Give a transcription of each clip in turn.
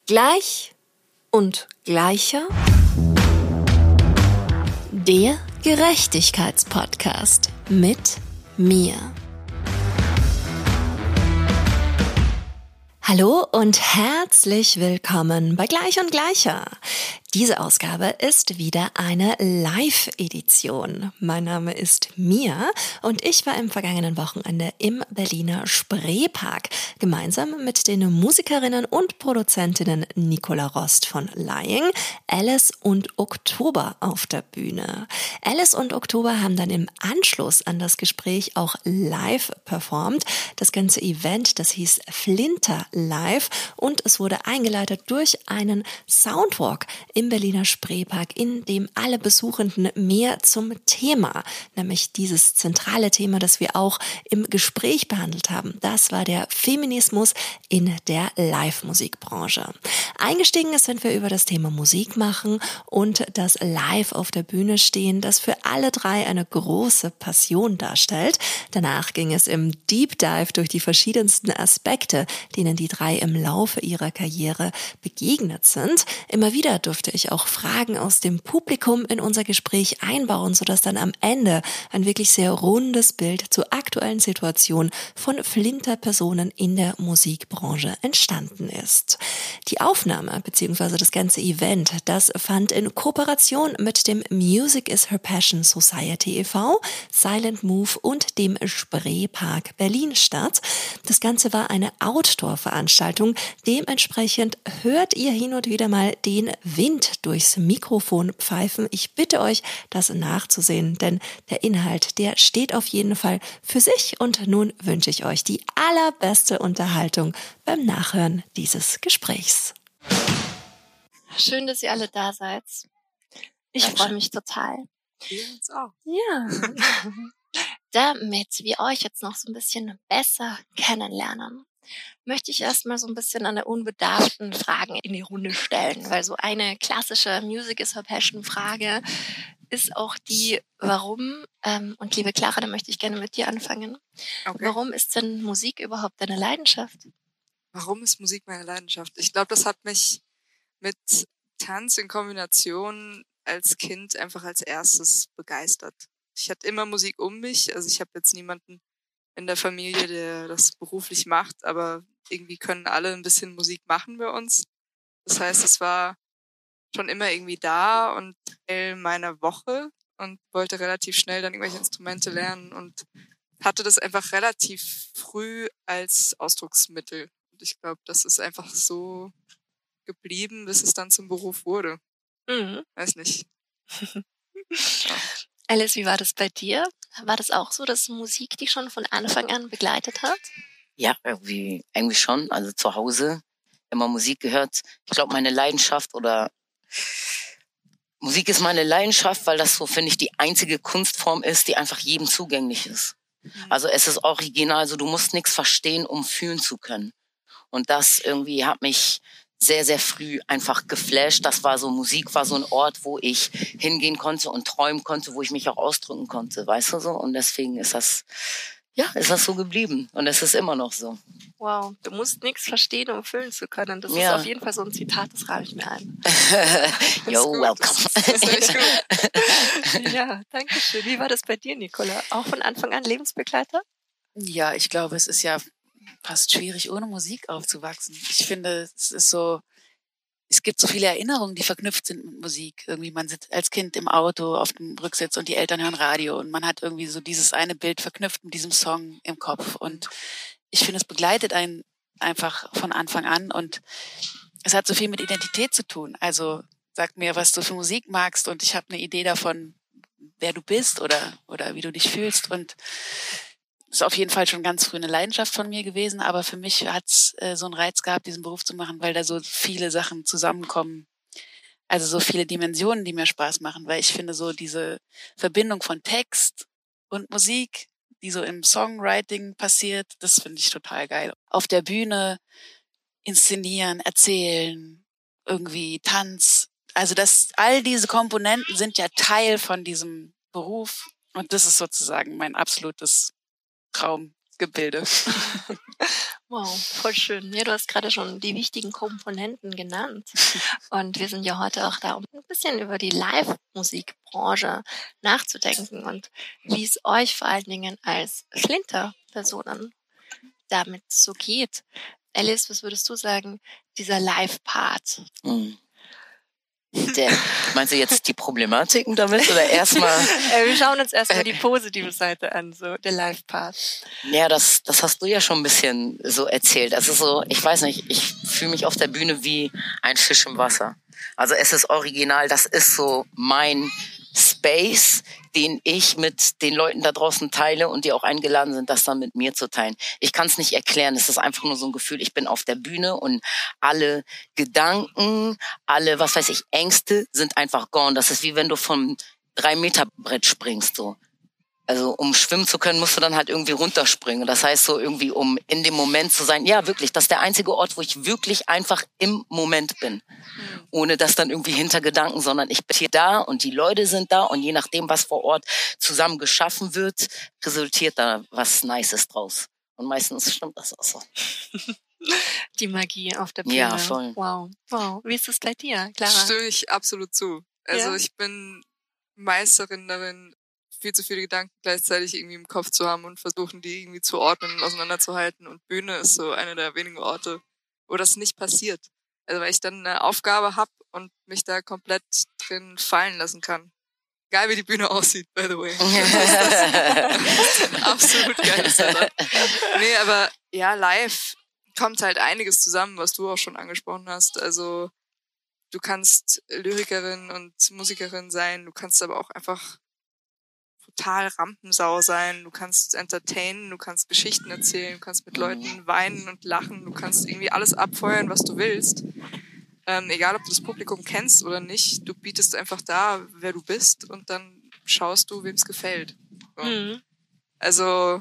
Gleich und gleicher. Der Gerechtigkeitspodcast mit mir. Hallo und herzlich willkommen bei Gleich und Gleicher. Diese Ausgabe ist wieder eine Live-Edition. Mein Name ist Mia und ich war im vergangenen Wochenende im Berliner Spreepark gemeinsam mit den Musikerinnen und Produzentinnen Nicola Rost von Lying, Alice und Oktober auf der Bühne. Alice und Oktober haben dann im Anschluss an das Gespräch auch live performt. Das ganze Event, das hieß Flinter Live und es wurde eingeleitet durch einen Soundwalk im Berliner Spreepark, in dem alle Besuchenden mehr zum Thema, nämlich dieses zentrale Thema, das wir auch im Gespräch behandelt haben. Das war der Feminismus in der Live-Musikbranche. Eingestiegen sind wir über das Thema Musik machen und das Live auf der Bühne stehen, das für alle drei eine große Passion darstellt. Danach ging es im Deep Dive durch die verschiedensten Aspekte, denen die drei im Laufe ihrer Karriere begegnet sind. Immer wieder durfte ich auch Fragen aus dem Publikum in unser Gespräch einbauen, sodass dann am Ende ein wirklich sehr rundes Bild zur aktuellen Situation von Flinter-Personen in der Musikbranche entstanden ist. Die Aufnahme bzw. das ganze Event, das fand in Kooperation mit dem Music is Her Passion Society e.V., Silent Move und dem Spreepark Berlin statt. Das Ganze war eine Outdoor-Veranstaltung. Dementsprechend hört ihr hin und wieder mal den Wind durchs Mikrofon pfeifen. Ich bitte euch, das nachzusehen, denn der Inhalt, der steht auf jeden Fall für sich. Und nun wünsche ich euch die allerbeste Unterhaltung beim Nachhören dieses Gesprächs. Schön, dass ihr alle da seid. Ich freue mich total. Wir uns auch. Ja. Damit wir euch jetzt noch so ein bisschen besser kennenlernen, möchte ich erstmal so ein bisschen eine unbedarften Fragen in die Runde stellen, weil so eine klassische Music is Her Passion Frage ist auch die, warum, und liebe Clara, da möchte ich gerne mit dir anfangen. Okay. Warum ist denn Musik überhaupt deine Leidenschaft? Warum ist Musik meine Leidenschaft? Ich glaube, das hat mich mit Tanz in Kombination als Kind einfach als erstes begeistert. Ich hatte immer Musik um mich, also ich habe jetzt niemanden in der Familie, der das beruflich macht, aber irgendwie können alle ein bisschen Musik machen bei uns. Das heißt, es war schon immer irgendwie da und Teil meiner Woche und wollte relativ schnell dann irgendwelche Instrumente lernen und hatte das einfach relativ früh als Ausdrucksmittel. Und ich glaube, das ist einfach so geblieben, bis es dann zum Beruf wurde. Weiß nicht. Ja. Alice, wie war das bei dir? War das auch so, dass Musik dich schon von Anfang an begleitet hat? Ja, eigentlich schon. Also zu Hause immer Musik gehört. Ich glaube, meine Leidenschaft oder Musik ist meine Leidenschaft, weil das so, finde ich, die einzige Kunstform ist, die einfach jedem zugänglich ist. Also es ist original, also du musst nichts verstehen, um fühlen zu können. Und das irgendwie hat mich sehr, sehr früh einfach geflasht. Das war so, Musik war so ein Ort, wo ich hingehen konnte und träumen konnte, wo ich mich auch ausdrücken konnte, weißt du so? Und deswegen ist das so geblieben. Und es ist immer noch so. Wow, du musst nichts verstehen, um fühlen zu können. Das ist auf jeden Fall so ein Zitat, das reiche ich mir ein. Yo, welcome. Das ist echt gut. Ja, danke schön. Wie war das bei dir, Nicola? Auch von Anfang an Lebensbegleiter? Ja, ich glaube, es ist ja fast schwierig, ohne Musik aufzuwachsen. Ich finde, es gibt so viele Erinnerungen, die verknüpft sind mit Musik. Irgendwie man sitzt als Kind im Auto auf dem Rücksitz und die Eltern hören Radio und man hat irgendwie so dieses eine Bild verknüpft mit diesem Song im Kopf. Und ich finde, es begleitet einen einfach von Anfang an und es hat so viel mit Identität zu tun. Also sag mir, was du für Musik magst und ich habe eine Idee davon, wer du bist oder wie du dich fühlst. Und ist auf jeden Fall schon ganz früh eine Leidenschaft von mir gewesen, aber für mich hat's so einen Reiz gehabt, diesen Beruf zu machen, weil da so viele Sachen zusammenkommen. Also so viele Dimensionen, die mir Spaß machen, weil ich finde so diese Verbindung von Text und Musik, die so im Songwriting passiert, das finde ich total geil. Auf der Bühne inszenieren, erzählen, irgendwie Tanz. Also all diese Komponenten sind ja Teil von diesem Beruf und das ist sozusagen mein absolutes Traum, Gebilde. Wow, voll schön. Ja, du hast gerade schon die wichtigen Komponenten genannt. Und wir sind ja heute auch da, um ein bisschen über die Live-Musikbranche nachzudenken und wie es euch vor allen Dingen als Flinter-Personen damit so geht. Alice, was würdest du sagen, dieser Live-Part? Meinst du jetzt die Problematiken damit oder erstmal? Wir schauen uns erstmal die positive Seite an, so der Live-Part. Ja, das hast du ja schon ein bisschen so erzählt. Also so, ich weiß nicht, ich fühle mich auf der Bühne wie ein Fisch im Wasser. Also es ist original, das ist so mein Space, den ich mit den Leuten da draußen teile und die auch eingeladen sind, das dann mit mir zu teilen. Ich kann es nicht erklären, es ist einfach nur so ein Gefühl, ich bin auf der Bühne und alle Gedanken, alle, was weiß ich, Ängste sind einfach gone. Das ist wie wenn du vom 3-Meter-Brett springst, so. Also um schwimmen zu können, musst du dann halt irgendwie runterspringen. Das heißt so irgendwie, um in dem Moment zu sein, ja wirklich, das ist der einzige Ort, wo ich wirklich einfach im Moment bin. Ohne das dann irgendwie hinter Gedanken, sondern ich bin hier da und die Leute sind da und je nachdem, was vor Ort zusammen geschaffen wird, resultiert da was Nices draus. Und meistens stimmt das auch so. Die Magie auf der Bühne. Ja, voll. Wow. Wie ist es bei dir, Clara? Stimme ich absolut zu. Also Ja. ich bin Meisterin darin, viel zu viele Gedanken gleichzeitig irgendwie im Kopf zu haben und versuchen, die irgendwie zu ordnen und auseinanderzuhalten. Und Bühne ist so einer der wenigen Orte, wo das nicht passiert. Also weil ich dann eine Aufgabe habe und mich da komplett drin fallen lassen kann. Geil, wie die Bühne aussieht, by the way. Absolut geiles Setup. Nee, aber ja, live kommt halt einiges zusammen, was du auch schon angesprochen hast. Also du kannst Lyrikerin und Musikerin sein, du kannst aber auch einfach total Rampensau sein, du kannst entertainen, du kannst Geschichten erzählen, du kannst mit Leuten weinen und lachen, du kannst irgendwie alles abfeuern, was du willst. Egal, ob du das Publikum kennst oder nicht, du bietest einfach da, wer du bist und dann schaust du, wem es gefällt. So. Also,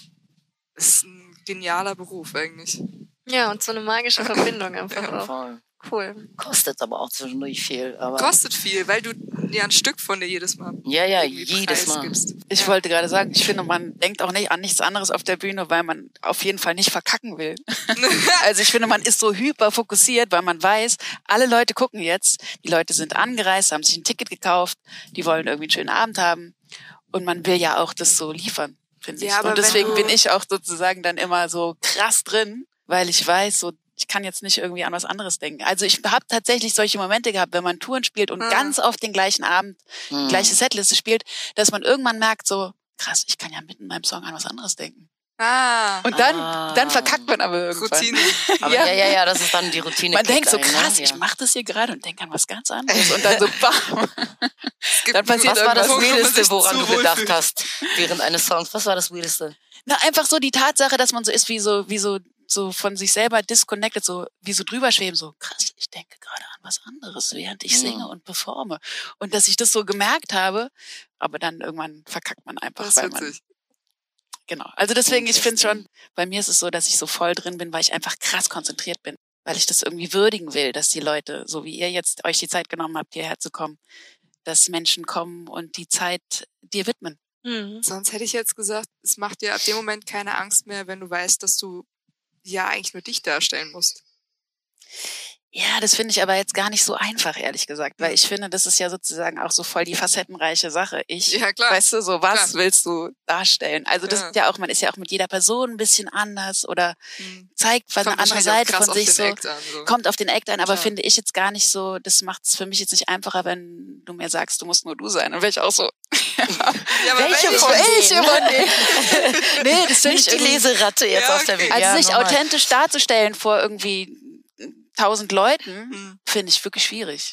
es ist ein genialer Beruf eigentlich. Ja, und so eine magische Verbindung einfach auch. Voll. Cool. Kostet aber auch zwischendurch viel. Aber Kostet viel, weil du ja ein Stück von dir jedes Mal ja, irgendwie jedes Mal. preisgibst. Ich wollte gerade sagen, ich finde, man denkt auch nicht an nichts anderes auf der Bühne, weil man auf jeden Fall nicht verkacken will. Also ich finde, man ist so hyper fokussiert, weil man weiß, alle Leute gucken jetzt, die Leute sind angereist, haben sich ein Ticket gekauft, die wollen irgendwie einen schönen Abend haben und man will ja auch das so liefern, finde ich. Ja, aber Und deswegen wenn du- bin ich auch sozusagen dann immer so krass drin, weil ich weiß, so ich kann jetzt nicht irgendwie an was anderes denken. Also ich habe tatsächlich solche Momente gehabt, wenn man Touren spielt und ganz auf den gleichen Abend die gleiche Setliste spielt, dass man irgendwann merkt so, krass, ich kann ja mitten in meinem Song an was anderes denken. Und dann verkackt man aber irgendwann. Routine. Aber ja, das ist dann die Routine. Man denkt so, kickt ein, krass, ne? ich mache das hier gerade und denke an was ganz anderes. Und dann so, bam. Dann passiert Was war das irgendwas. Weirdeste, woran du gedacht wohlfühlt. hast während eines Songs? Was war das Weirdeste? Na, einfach so die Tatsache, dass man so ist wie so von sich selber disconnected, so wie so drüber schweben, so krass, ich denke gerade an was anderes, während ich singe und performe. Und dass ich das so gemerkt habe, aber dann irgendwann verkackt man einfach, Das weil ist man, witzig. genau. Also deswegen, ich finde schon, bei mir ist es so, dass ich so voll drin bin, weil ich einfach krass konzentriert bin, weil ich das irgendwie würdigen will, dass die Leute, so wie ihr jetzt euch die Zeit genommen habt, hierher zu kommen, dass Menschen kommen und die Zeit dir widmen. Sonst hätte ich jetzt gesagt, es macht dir ab dem Moment keine Angst mehr, wenn du weißt, dass du ja eigentlich nur dich darstellen musst. Ja, das finde ich aber jetzt gar nicht so einfach, ehrlich gesagt, weil ich finde, das ist ja sozusagen auch so voll die facettenreiche Sache. Ja, klar. Weißt du, so was Klar. willst du darstellen? Also das Ja. ist ja auch, man ist ja auch mit jeder Person ein bisschen anders oder zeigt eine Kommt andere wahrscheinlich auch Seite krass von auf sich den so, Act an, so. kommt auf den Act ein, aber Klar. finde ich jetzt gar nicht so, das macht es für mich jetzt nicht einfacher, wenn du mir sagst, du musst nur du sein. Dann wäre ich auch so, Ja, aber Welche welche von welche von denen? Nee, das finde ich Nicht die irgendwie, Leseratte jetzt Ja, auf der okay. Bühne. also Ja, sich normal. authentisch darzustellen vor irgendwie 1000 Leuten, finde ich wirklich schwierig.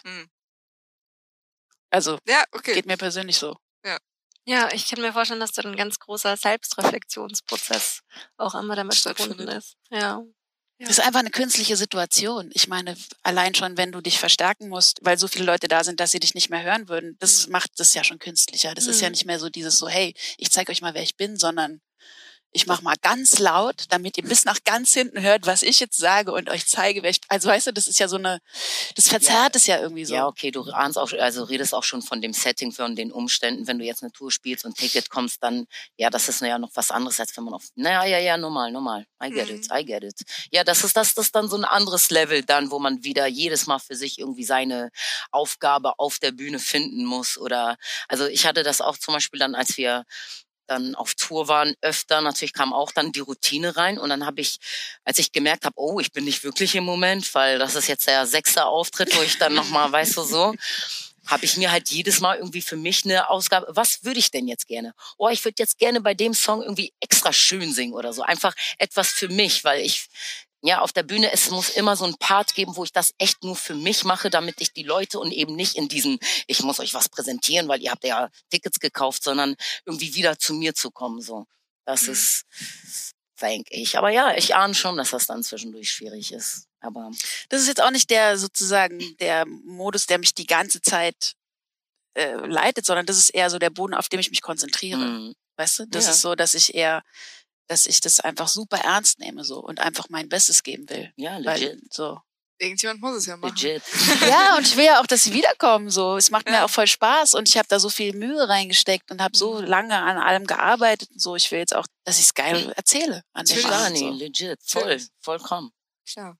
Also, Ja, okay. geht mir persönlich so. Ja, ich kann mir vorstellen, dass da ein ganz großer Selbstreflexionsprozess auch immer damit verbunden Stattfindet. ist. Ja. Das ist einfach eine künstliche Situation. Ich meine, allein schon, wenn du dich verstärken musst, weil so viele Leute da sind, dass sie dich nicht mehr hören würden, das macht das ja schon künstlicher. Das ist ja nicht mehr so dieses so, hey, ich zeige euch mal, wer ich bin, sondern ich mache mal ganz laut, damit ihr bis nach ganz hinten hört, was ich jetzt sage und euch zeige, also weißt du, das ist ja so das verzerrt es ja irgendwie so. Ja, okay, du ahnst auch, also redest auch schon von dem Setting, von den Umständen, wenn du jetzt eine Tour spielst und Ticket kommst, dann, ja, das ist ja noch was anderes, als wenn man normal. I get it. Ja, das ist dann so ein anderes Level dann, wo man wieder jedes Mal für sich irgendwie seine Aufgabe auf der Bühne finden muss oder, also ich hatte das auch zum Beispiel dann, als wir dann auf Tour waren, öfter, natürlich kam auch dann die Routine rein und dann habe ich, als ich gemerkt habe, oh, ich bin nicht wirklich im Moment, weil das ist jetzt der 6. Auftritt, wo ich dann nochmal, weißt du, so, habe ich mir halt jedes Mal irgendwie für mich eine Ausgabe, was würde ich denn jetzt gerne? Oh, ich würde jetzt gerne bei dem Song irgendwie extra schön singen oder so, einfach etwas für mich, weil auf der Bühne, es muss immer so ein Part geben, wo ich das echt nur für mich mache, damit ich die Leute und eben nicht in diesen, ich muss euch was präsentieren, weil ihr habt ja Tickets gekauft, sondern irgendwie wieder zu mir zu kommen, so. Das ist, denke ich. Aber ja, ich ahne schon, dass das dann zwischendurch schwierig ist. Aber das ist jetzt auch nicht der Modus, der mich die ganze Zeit leitet, sondern das ist eher so der Boden, auf dem ich mich konzentriere. Weißt du? Das ist so, dass ich das einfach super ernst nehme so und einfach mein Bestes geben will. Ja, legit. Weil, so. Irgendjemand muss es ja machen. Legit. Ja, und ich will ja auch, dass sie wiederkommen. So, es macht mir auch voll Spaß und ich habe da so viel Mühe reingesteckt und habe so lange an allem gearbeitet und so. Ich will jetzt auch, dass ich es geil erzähle. An dem Abend, so. Legit, vollkommen. Klar.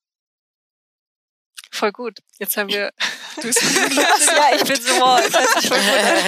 Voll gut. Jetzt haben wir... Du bist gut. Ja, ich bin so, wow, das hört sich voll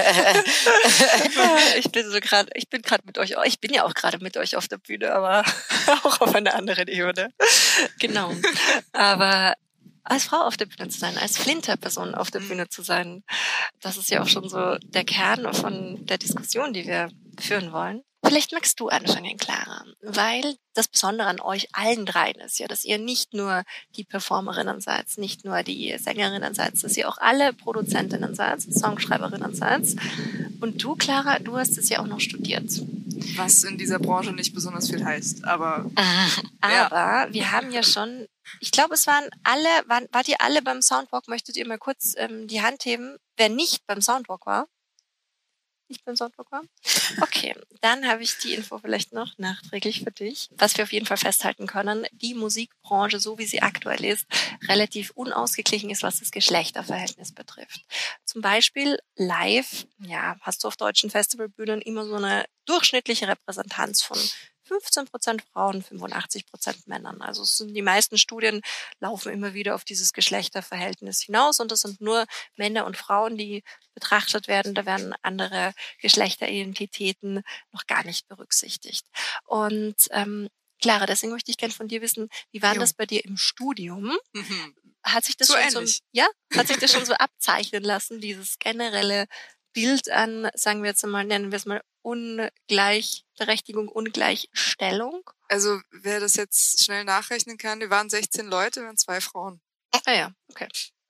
gut an. Ich bin gerade mit euch, ich bin ja auch gerade mit euch auf der Bühne, aber auch auf einer anderen Ebene. Genau. Aber als Frau auf der Bühne zu sein, als Flinter-Person auf der Bühne zu sein, das ist ja auch schon so der Kern von der Diskussion, die wir führen wollen. Vielleicht magst du anfangen, Clara, weil das Besondere an euch allen dreien ist ja, dass ihr nicht nur die Performerinnen seid, nicht nur die Sängerinnen seid, dass ihr auch alle Produzentinnen seid, Songschreiberinnen seid. Und du, Clara, du hast es ja auch noch studiert. Was in dieser Branche nicht besonders viel heißt, aber... Aber wir haben ja schon, ich glaube, es waren alle, wart ihr alle beim Soundwalk? Möchtet ihr mal kurz die Hand heben, wer nicht beim Soundwalk war? Nicht beim Soundwalk war? Okay, dann habe ich die Info vielleicht noch nachträglich für dich. Was wir auf jeden Fall festhalten können, die Musikbranche, so wie sie aktuell ist, relativ unausgeglichen ist, was das Geschlechterverhältnis betrifft. Zum Beispiel live, ja, hast du auf deutschen Festivalbühnen immer so eine durchschnittliche Repräsentanz von 15% Frauen, 85% Männern. Also es sind die meisten Studien laufen immer wieder auf dieses Geschlechterverhältnis hinaus und das sind nur Männer und Frauen, die betrachtet werden. Da werden andere Geschlechteridentitäten noch gar nicht berücksichtigt. Und Clara, deswegen möchte ich gerne von dir wissen, wie war das bei dir im Studium? Hat sich das so schon ähnlich. hat sich das schon so abzeichnen lassen, dieses generelle Bild an, sagen wir jetzt mal, nennen wir es mal Ungleichberechtigung, Ungleichstellung? Also wer das jetzt schnell nachrechnen kann, wir waren 16 Leute, wir waren 2 Frauen. Ah ja, okay.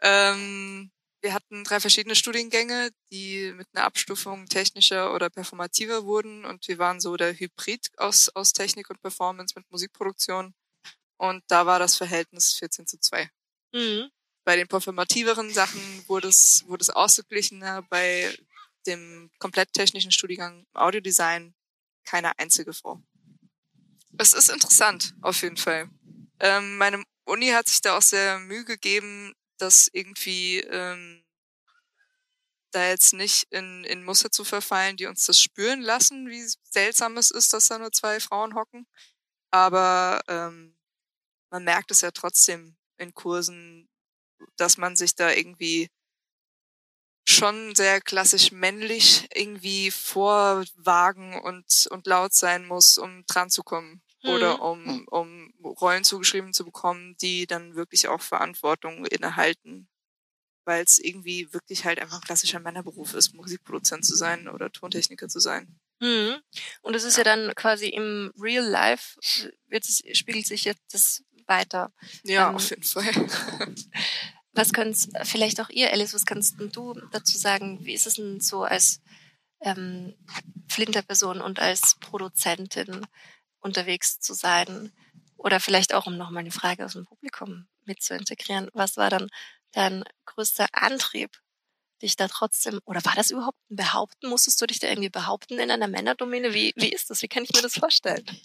Wir hatten 3 verschiedene Studiengänge, die mit einer Abstufung technischer oder performativer wurden und wir waren so der Hybrid aus Technik und Performance mit Musikproduktion und da war das Verhältnis 14:2. Bei den performativeren Sachen wurde es ausgeglichener, bei dem komplett technischen Studiengang Audiodesign keine einzige Frau. Es ist interessant, auf jeden Fall. Meine Uni hat sich da auch sehr Mühe gegeben, das irgendwie da jetzt nicht in Muster zu verfallen, die uns das spüren lassen, wie seltsam es ist, dass da nur 2 Frauen hocken. Aber man merkt es ja trotzdem in Kursen, dass man sich da irgendwie schon sehr klassisch männlich irgendwie vorwagen und laut sein muss, um dran zu kommen. Oder um Rollen zugeschrieben zu bekommen, die dann wirklich auch Verantwortung innehalten. Weil es irgendwie wirklich halt einfach ein klassischer Männerberuf ist, Musikproduzent zu sein oder Tontechniker zu sein. Und es ist ja dann quasi im Real Life, spiegelt sich jetzt das weiter. Ja, auf jeden Fall. Was könnt vielleicht auch ihr, Alice, was kannst du dazu sagen? Wie ist es denn so als Flinterperson und als Produzentin unterwegs zu sein? Oder vielleicht auch, um nochmal eine Frage aus dem Publikum mit zu integrieren. Was war dann dein größter Antrieb, dich da trotzdem, oder war das überhaupt ein Behaupten? Musstest du dich da irgendwie behaupten in einer Männerdomäne? Wie ist das? Wie kann ich mir das vorstellen?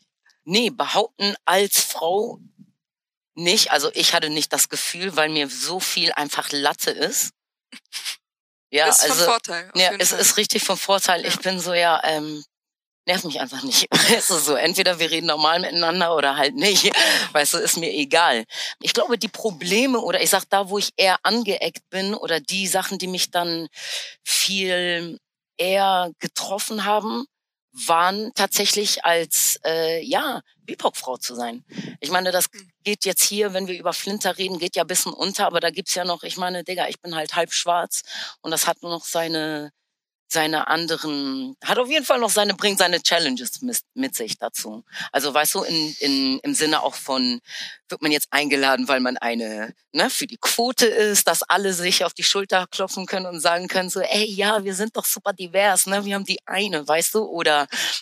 Nee, behaupten als Frau nicht. Also ich hatte nicht das Gefühl, weil mir so viel einfach Latte ist. Ja, ist also von Vorteil. ja, es ist richtig von Vorteil. Ja. Ich bin so, nerv mich einfach nicht. Weißt du, so, entweder wir reden normal miteinander oder halt nicht. Weißt du, ist mir egal. Ich glaube, die Probleme oder ich sag da, wo ich eher angeeckt bin oder die Sachen, die mich dann viel eher getroffen haben, waren tatsächlich als, BIPOC-Frau zu sein. Ich meine, das geht jetzt hier, wenn wir über Flinter reden, geht ja ein bisschen unter, aber da gibt's ja noch, ich meine, Digga, ich bin halt halb schwarz und das hat nur noch seine hat auf jeden Fall noch bringt seine Challenges mit sich dazu. Also weißt du, im Sinne auch von, wird man jetzt eingeladen, weil man für die Quote ist, dass alle sich auf die Schulter klopfen können und sagen können so, ey, ja, wir sind doch super divers, ne, wir haben die eine, weißt du, oder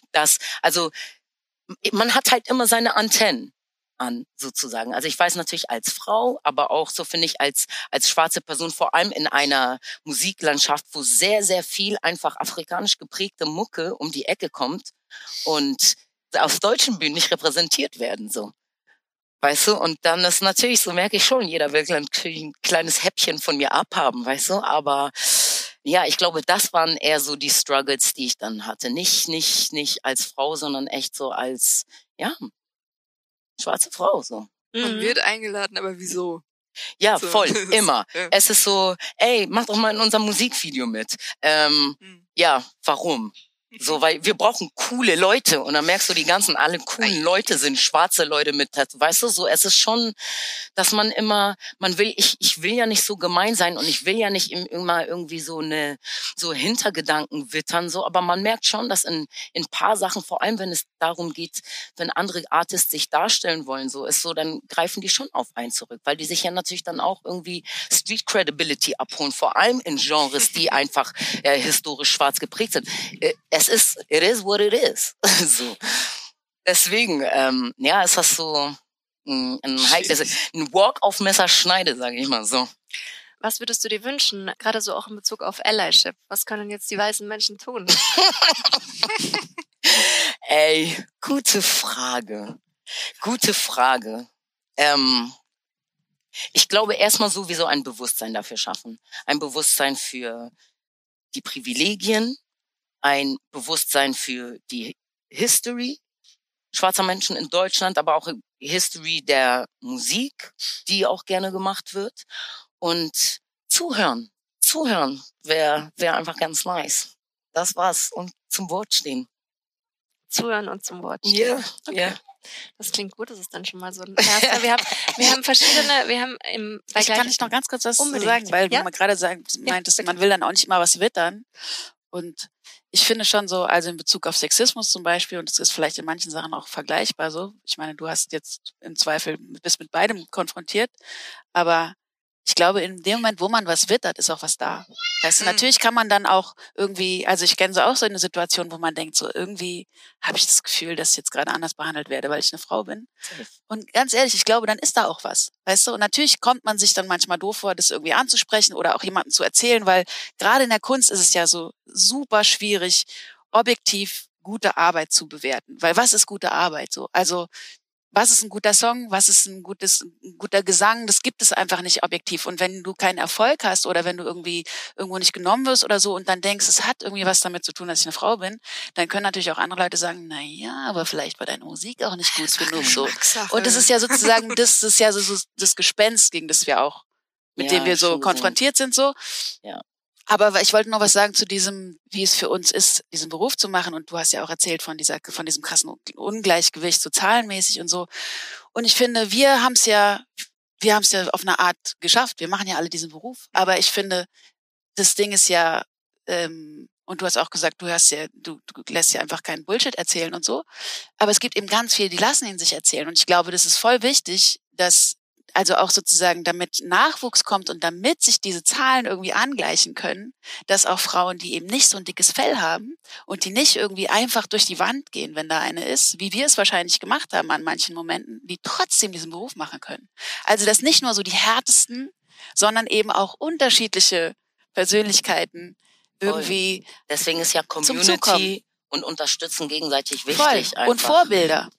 man hat halt immer seine Antennen an, sozusagen. Also ich weiß natürlich als Frau, aber auch so finde ich als schwarze Person, vor allem in einer Musiklandschaft, wo sehr, sehr viel einfach afrikanisch geprägte Mucke um die Ecke kommt und auf deutschen Bühnen nicht repräsentiert werden, so. Weißt du? Und dann ist natürlich, so merke ich schon, jeder will ein kleines Häppchen von mir abhaben, weißt du? Aber ja, ich glaube, das waren eher so die Struggles, die ich dann hatte. Nicht als Frau, sondern echt so als, schwarze Frau, so. Man wird eingeladen, aber wieso? Ja, so. voll, immer. Ja. Es ist so, ey, mach doch mal in unserem Musikvideo mit. Ja, warum? So, weil wir brauchen coole Leute und dann merkst du, alle coolen Leute sind schwarze Leute mit Tattoo. Weißt du, so, es ist schon, dass man immer, ich will ja nicht so gemein sein und ich will ja nicht immer irgendwie so Hintergedanken wittern, so, aber man merkt schon, dass in paar Sachen, vor allem wenn es darum geht, wenn andere Artists sich darstellen wollen, so, ist so, dann greifen die schon auf einen zurück, weil die sich ja natürlich dann auch irgendwie Street Credibility abholen, vor allem in Genres, die einfach historisch schwarz geprägt sind. It is what it is. So. Deswegen, ist das so ein Walk auf Messerschneide, sage ich mal so. Was würdest du dir wünschen, gerade so auch in Bezug auf Allyship? Was können jetzt die weißen Menschen tun? Ey, gute Frage. Ich glaube erstmal sowieso ein Bewusstsein dafür schaffen. Ein Bewusstsein für die Privilegien, ein Bewusstsein für die History schwarzer Menschen in Deutschland, aber auch History der Musik, die auch gerne gemacht wird. Und zuhören wäre einfach ganz nice. Das war's. Und zum Wort stehen. Zuhören und zum Wort stehen. Ja, okay. ja. Das klingt gut, das ist dann schon mal so ein erster. Kann ich noch ganz kurz was zu sagen, weil du mal gerade meintest, man will dann auch nicht immer was wittern. Und ich finde schon so, also in Bezug auf Sexismus zum Beispiel, und das ist vielleicht in manchen Sachen auch vergleichbar so. Ich meine, du hast jetzt im Zweifel, bist mit beidem konfrontiert, aber ich glaube, in dem Moment, wo man was wittert, ist auch was da. Weißt du, natürlich kann man dann auch irgendwie, also ich kenne so auch so eine Situation, wo man denkt, so irgendwie habe ich das Gefühl, dass ich jetzt gerade anders behandelt werde, weil ich eine Frau bin. Und ganz ehrlich, ich glaube, dann ist da auch was. Weißt du, und natürlich kommt man sich dann manchmal doof vor, das irgendwie anzusprechen oder auch jemandem zu erzählen, weil gerade in der Kunst ist es ja so super schwierig, objektiv gute Arbeit zu bewerten. Weil was ist gute Arbeit so? Also was ist ein guter Song, was ist ein guter Gesang, das gibt es einfach nicht objektiv. Und wenn du keinen Erfolg hast oder wenn du irgendwie irgendwo nicht genommen wirst oder so und dann denkst, es hat irgendwie was damit zu tun, dass ich eine Frau bin, dann können natürlich auch andere Leute sagen, na ja, aber vielleicht war deine Musik auch nicht gut genug so. Und das ist ja sozusagen, das ist ja so das Gespenst, gegen das wir auch, mit dem wir so konfrontiert sind so. Ja. Aber ich wollte noch was sagen zu diesem, wie es für uns ist, diesen Beruf zu machen. Und du hast ja auch erzählt von diesem krassen Ungleichgewicht, so zahlenmäßig und so. Und ich finde, wir haben es ja auf eine Art geschafft. Wir machen ja alle diesen Beruf. Aber ich finde, das Ding ist ja, und du hast auch gesagt, du lässt ja einfach keinen Bullshit erzählen und so. Aber es gibt eben ganz viele, die lassen ihn sich erzählen. Und ich glaube, das ist voll wichtig, dass also auch sozusagen, damit Nachwuchs kommt und damit sich diese Zahlen irgendwie angleichen können, dass auch Frauen, die eben nicht so ein dickes Fell haben und die nicht irgendwie einfach durch die Wand gehen, wenn da eine ist, wie wir es wahrscheinlich gemacht haben an manchen Momenten, die trotzdem diesen Beruf machen können. Also dass nicht nur so die härtesten, sondern eben auch unterschiedliche Persönlichkeiten irgendwie. Deswegen ist ja Community und Unterstützen gegenseitig wichtig. Voll. Und Vorbilder.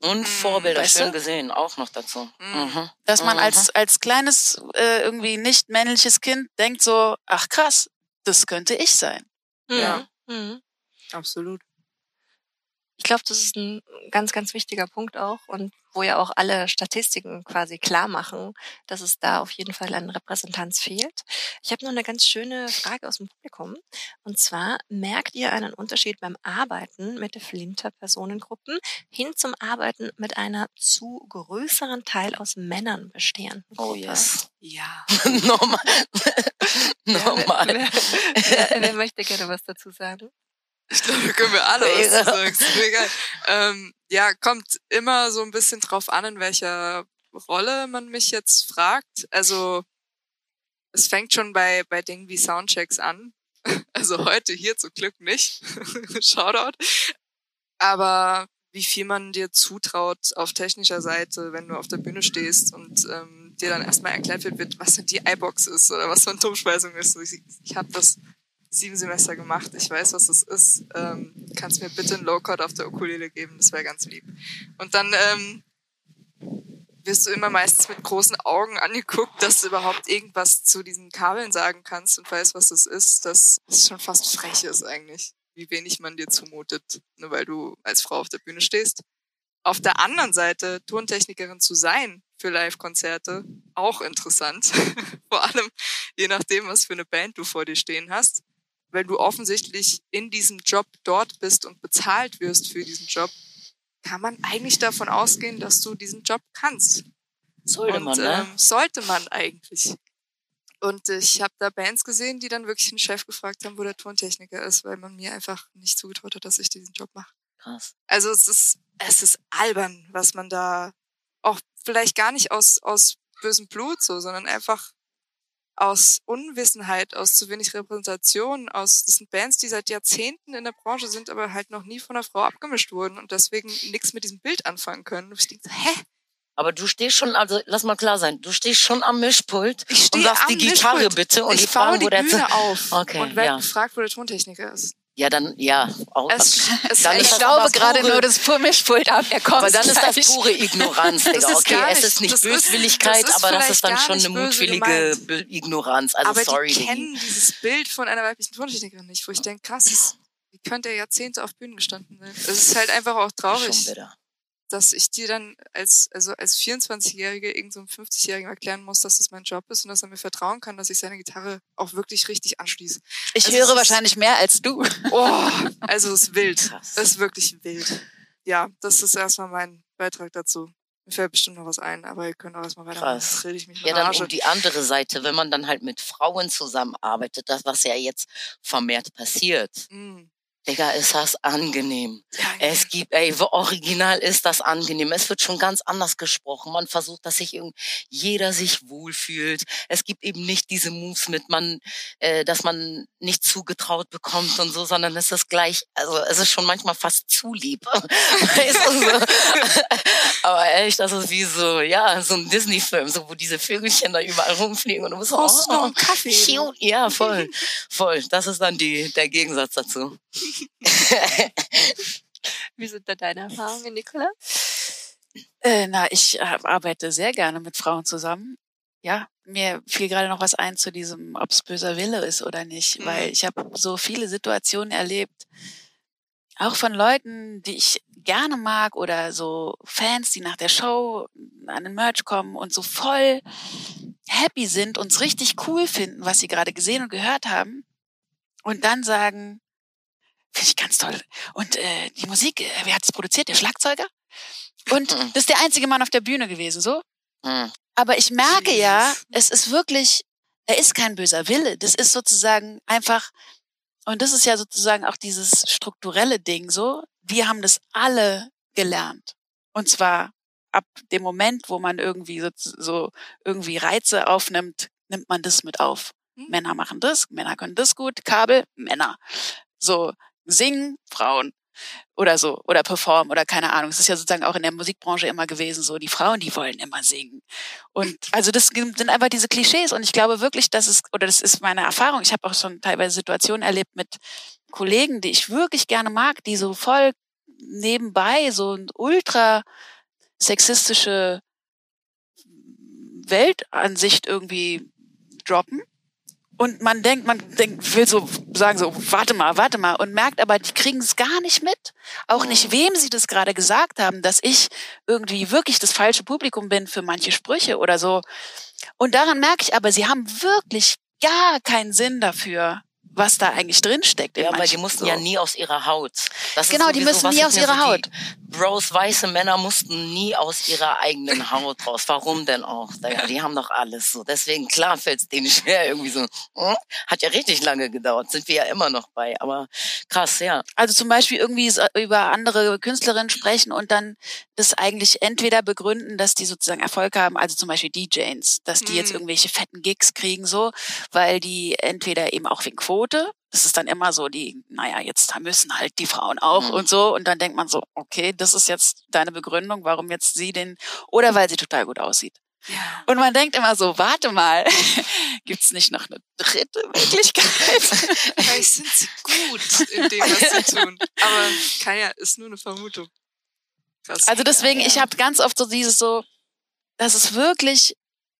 Und Vorbilder, weißt schön du? gesehen, auch noch dazu. Mhm. Dass man als kleines, irgendwie nicht männliches Kind denkt so, ach krass, das könnte ich sein. Ja. Mhm. Absolut. Ich glaube, das ist ein ganz, ganz wichtiger Punkt auch und wo ja auch alle Statistiken quasi klar machen, dass es da auf jeden Fall an Repräsentanz fehlt. Ich habe noch eine ganz schöne Frage aus dem Publikum. Und zwar, merkt ihr einen Unterschied beim Arbeiten mit Flinter-Personengruppen hin zum Arbeiten mit einer zu größeren Teil aus Männern bestehenden Gruppe? Oh yes. Ja. Normal. Ja, Normal. wer möchte gerne was dazu sagen? Ich glaube, da können wir alle was zu sagen. Ist mir egal. Ja, kommt immer so ein bisschen drauf an, in welcher Rolle man mich jetzt fragt. Also es fängt schon bei Dingen wie Soundchecks an. Also heute hier zum Glück nicht. Shoutout. Aber wie viel man dir zutraut auf technischer Seite, wenn du auf der Bühne stehst und dir dann erstmal erklärt wird, was denn die iBox ist oder was Phantomspeisung ist. Ich habe das 7 Semester gemacht. Ich weiß, was das ist. Kannst mir bitte einen Low-Cut auf der Ukulele geben? Das wäre ganz lieb. Und dann wirst du immer meistens mit großen Augen angeguckt, dass du überhaupt irgendwas zu diesen Kabeln sagen kannst und weißt, was das ist. Das ist schon fast frech ist eigentlich, wie wenig man dir zumutet, nur weil du als Frau auf der Bühne stehst. Auf der anderen Seite, Tontechnikerin zu sein für Live-Konzerte, auch interessant. Vor allem je nachdem, was für eine Band du vor dir stehen hast. Wenn du offensichtlich in diesem Job dort bist und bezahlt wirst für diesen Job, kann man eigentlich davon ausgehen, dass du diesen Job kannst. Sollte man, ne? Sollte man eigentlich. Und ich habe da Bands gesehen, die dann wirklich den Chef gefragt haben, wo der Tontechniker ist, weil man mir einfach nicht zugetraut hat, dass ich diesen Job mache. Krass. Also es ist albern, was man da auch vielleicht gar nicht aus bösem Blut so, sondern einfach aus Unwissenheit, aus zu wenig Repräsentation, das sind Bands, die seit Jahrzehnten in der Branche sind, aber halt noch nie von einer Frau abgemischt wurden und deswegen nichts mit diesem Bild anfangen können. Und ich denke so, hä? Aber du stehst schon, also lass mal klar sein, du stehst schon am Mischpult Ich und stehe sagst am die Gitarre Mischpult. bitte und ich die fragen, baue die wo der Bühne auf Okay, und werde ja. gefragt, wo der Tontechniker ist. Ja, dann, ja. Auch, Es dann ist ist Ich das staube aber gerade pure- nur das Mischpult ab. Er kommt Aber dann ist das gleich. pure Ignoranz, Digga. Das ist Okay, gar es nicht- ist nicht das ist- Böswilligkeit, das ist aber das vielleicht ist dann gar schon nicht eine böse mutwillige gemeint. Ignoranz. Also Aber sorry, die Diggi. kennen dieses Bild von einer weiblichen Tontechnikerin nicht, wo ich denke, krass, wie könnte er Jahrzehnte auf Bühnen gestanden sein? Es ist halt einfach auch Schon traurig, bitter. dass ich dir dann als 24-Jährige irgend so einem 50-Jährigen erklären muss, dass das mein Job ist und dass er mir vertrauen kann, dass ich seine Gitarre auch wirklich richtig anschließe. Ich Also höre es ist- wahrscheinlich mehr als du. Oh, also es ist wild. Krass. Es ist wirklich wild. Ja, das ist erstmal mein Beitrag dazu. Mir fällt bestimmt noch was ein, aber ihr könnt auch erstmal weitermachen. Krass. Jetzt rede ich mich Ja, in dann Rage. um die andere Seite, wenn man dann halt mit Frauen zusammenarbeitet, das, was ja jetzt vermehrt passiert. Digga, ist das angenehm. Ja, Es gibt, original ist das angenehm. Es wird schon ganz anders gesprochen. Man versucht, dass jeder sich wohlfühlt. Es gibt eben nicht diese Moves dass man nicht zugetraut bekommt und so, sondern es ist gleich, also es ist schon manchmal fast zu lieb. Weißt du, so. Aber ehrlich, das ist wie so, ja, so ein Disney-Film, so, wo diese Vögelchen da überall rumfliegen und du bist so, Brauchst du noch einen Kaffee? cute. Ja, voll. Das ist dann der Gegensatz dazu. Wie sind da deine Erfahrungen, Nicola? Ich arbeite sehr gerne mit Frauen zusammen. Ja, mir fiel gerade noch was ein zu diesem, ob es böser Wille ist oder nicht, weil ich habe so viele Situationen erlebt, auch von Leuten, die ich gerne mag oder so Fans, die nach der Show an den Merch kommen und so voll happy sind und es richtig cool finden, was sie gerade gesehen und gehört haben und dann sagen, finde ich ganz toll. Und die Musik, wer hat es produziert? Der Schlagzeuger? Und das ist der einzige Mann auf der Bühne gewesen, so. Aber ich merke ja, es ist wirklich, da ist kein böser Wille. Das ist sozusagen einfach, und das ist ja sozusagen auch dieses strukturelle Ding so, wir haben das alle gelernt. Und zwar ab dem Moment, wo man irgendwie so irgendwie Reize aufnimmt, nimmt man das mit auf. Männer machen das, Männer können das gut, Kabel, Männer. So, singen, Frauen. Oder so, oder performen, oder keine Ahnung. Es ist ja sozusagen auch in der Musikbranche immer gewesen, so die Frauen, die wollen immer singen. Und also das sind einfach diese Klischees und ich glaube wirklich, das ist meine Erfahrung. Ich habe auch schon teilweise Situationen erlebt mit Kollegen, die ich wirklich gerne mag, die so voll nebenbei so ein ultra sexistische Weltansicht irgendwie droppen. Und man will so sagen so, warte mal und merkt aber, die kriegen es gar nicht mit. Auch nicht, wem sie das gerade gesagt haben, dass ich irgendwie wirklich das falsche Publikum bin für manche Sprüche oder so. Und daran merke ich aber, sie haben wirklich gar keinen Sinn dafür, was da eigentlich drinsteckt. Ja, aber die mussten ja nie aus ihrer Haut. Das genau, ist die müssen nie aus ihrer Haut. Bros, weiße Männer mussten nie aus ihrer eigenen Haut raus. Warum denn auch? Die haben doch alles so. Deswegen, klar, fällt es denen schwer irgendwie so. Hat ja richtig lange gedauert, sind wir ja immer noch bei. Aber krass, ja. Also zum Beispiel irgendwie über andere Künstlerinnen sprechen und dann das eigentlich entweder begründen, dass die sozusagen Erfolg haben, also zum Beispiel DJs, dass die jetzt irgendwelche fetten Gigs kriegen so, weil die entweder eben auch wegen Quote, das ist dann immer so jetzt müssen halt die Frauen auch und so. Und dann denkt man so, okay, das ist jetzt deine Begründung, warum jetzt oder weil sie total gut aussieht. Ja. Und man denkt immer so, warte mal, gibt's nicht noch eine dritte Möglichkeit? Vielleicht sind sie gut in dem, was sie tun. Aber ist nur eine Vermutung. Krass. Also deswegen, ich habe ganz oft so dieses so, dass es wirklich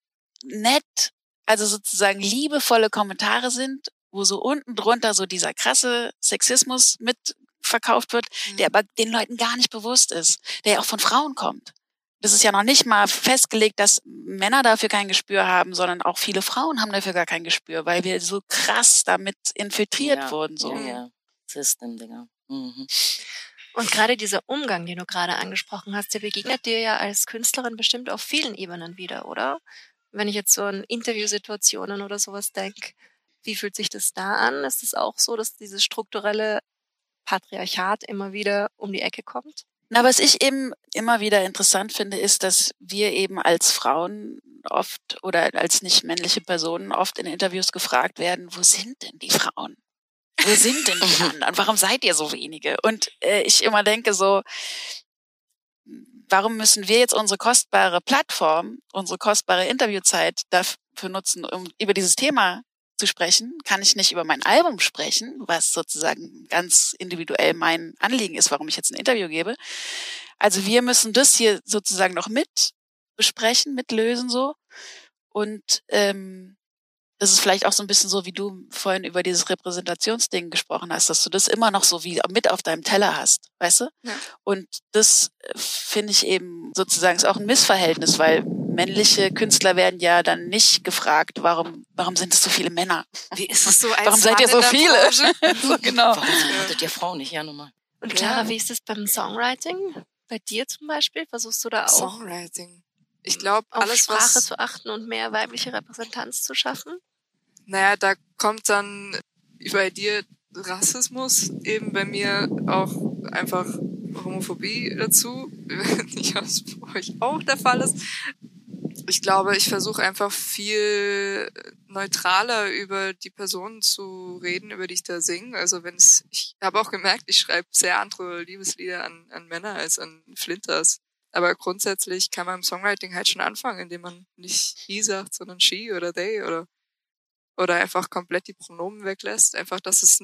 nett, also sozusagen liebevolle Kommentare sind, wo so unten drunter so dieser krasse Sexismus mit verkauft wird, der aber den Leuten gar nicht bewusst ist, der ja auch von Frauen kommt. Das ist ja noch nicht mal festgelegt, dass Männer dafür kein Gespür haben, sondern auch viele Frauen haben dafür gar kein Gespür, weil wir so krass damit infiltriert wurden. So. Ja. System, Dinger. Mhm. Und gerade dieser Umgang, den du gerade angesprochen hast, der begegnet dir ja als Künstlerin bestimmt auf vielen Ebenen wieder, oder? Wenn ich jetzt so an Interviewsituationen oder sowas denke, wie fühlt sich das da an? Ist es auch so, dass dieses strukturelle Patriarchat immer wieder um die Ecke kommt? Na, was ich eben immer wieder interessant finde, ist, dass wir eben als Frauen oft oder als nicht männliche Personen oft in Interviews gefragt werden, wo sind denn die Frauen? Wo sind denn die anderen? Warum seid ihr so wenige? Und ich immer denke so, warum müssen wir jetzt unsere kostbare Plattform, unsere kostbare Interviewzeit dafür nutzen, um über dieses Thema zu sprechen? Kann ich nicht über mein Album sprechen, was sozusagen ganz individuell mein Anliegen ist, warum ich jetzt ein Interview gebe? Also wir müssen das hier sozusagen noch mit besprechen, mitlösen so. Und das ist vielleicht auch so ein bisschen so, wie du vorhin über dieses Repräsentationsding gesprochen hast, dass du das immer noch so wie mit auf deinem Teller hast, weißt du? Ja. Und das finde ich eben sozusagen ist auch ein Missverhältnis, weil männliche Künstler werden ja dann nicht gefragt, warum sind es so viele Männer? Wie ist es so als warum seid ihr so viele? So, genau. Warum supportet ihr Frauen nicht? Ja, nochmal. Und Clara, wie ist es beim Songwriting? Bei dir zum Beispiel? Versuchst du da auch Songwriting? Ich glaube, alles Sprache zu achten und mehr weibliche Repräsentanz zu schaffen? Naja, da kommt dann bei dir Rassismus, eben bei mir auch einfach Homophobie dazu, nicht was bei euch auch der Fall ist. Ich glaube, ich versuche einfach viel neutraler über die Personen zu reden, über die ich da singe. Also ich habe auch gemerkt, ich schreibe sehr andere Liebeslieder an Männer als an Flinters. Aber grundsätzlich kann man im Songwriting halt schon anfangen, indem man nicht he sagt, sondern she oder they oder einfach komplett die Pronomen weglässt. Einfach, dass es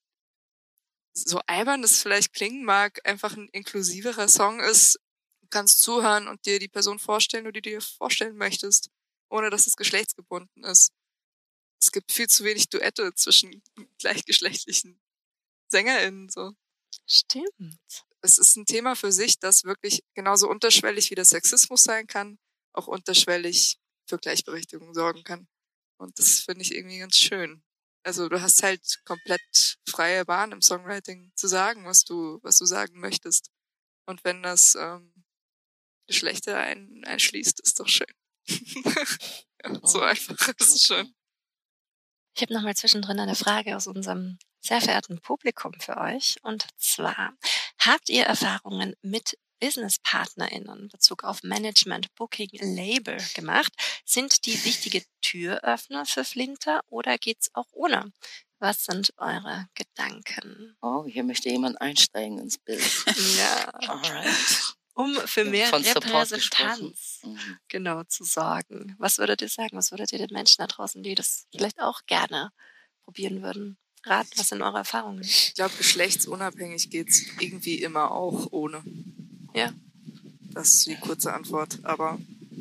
so albern es vielleicht klingen mag, einfach ein inklusiverer Song ist. Du kannst zuhören und dir die Person vorstellen, die du dir vorstellen möchtest, ohne dass es geschlechtsgebunden ist. Es gibt viel zu wenig Duette zwischen gleichgeschlechtlichen SängerInnen, so. Stimmt. Es ist ein Thema für sich, das wirklich genauso unterschwellig wie der Sexismus sein kann, auch unterschwellig für Gleichberechtigung sorgen kann. Und das finde ich irgendwie ganz schön. Also du hast halt komplett freie Bahn im Songwriting zu sagen, was du sagen möchtest. Und wenn das Geschlechter einschließt, ist doch schön. Ja, so einfach ist es schön. Ich habe nochmal zwischendrin eine Frage aus unserem sehr verehrten Publikum für euch. Und zwar, habt ihr Erfahrungen mit BusinesspartnerInnen in Bezug auf Management, Booking, Label gemacht? Sind die wichtige Türöffner für Flinter oder geht's auch ohne? Was sind eure Gedanken? Oh, hier möchte jemand einsteigen ins Bild. Ja. Alright. Um für mehr Von Support Repräsentanz genau zu sorgen. Was würdet ihr sagen? Was würdet ihr den Menschen da draußen, die das vielleicht auch gerne probieren würden, raten? Was sind eure Erfahrungen? Ich glaube, geschlechtsunabhängig geht's irgendwie immer auch ohne. Ja. Das ist die kurze Antwort, aber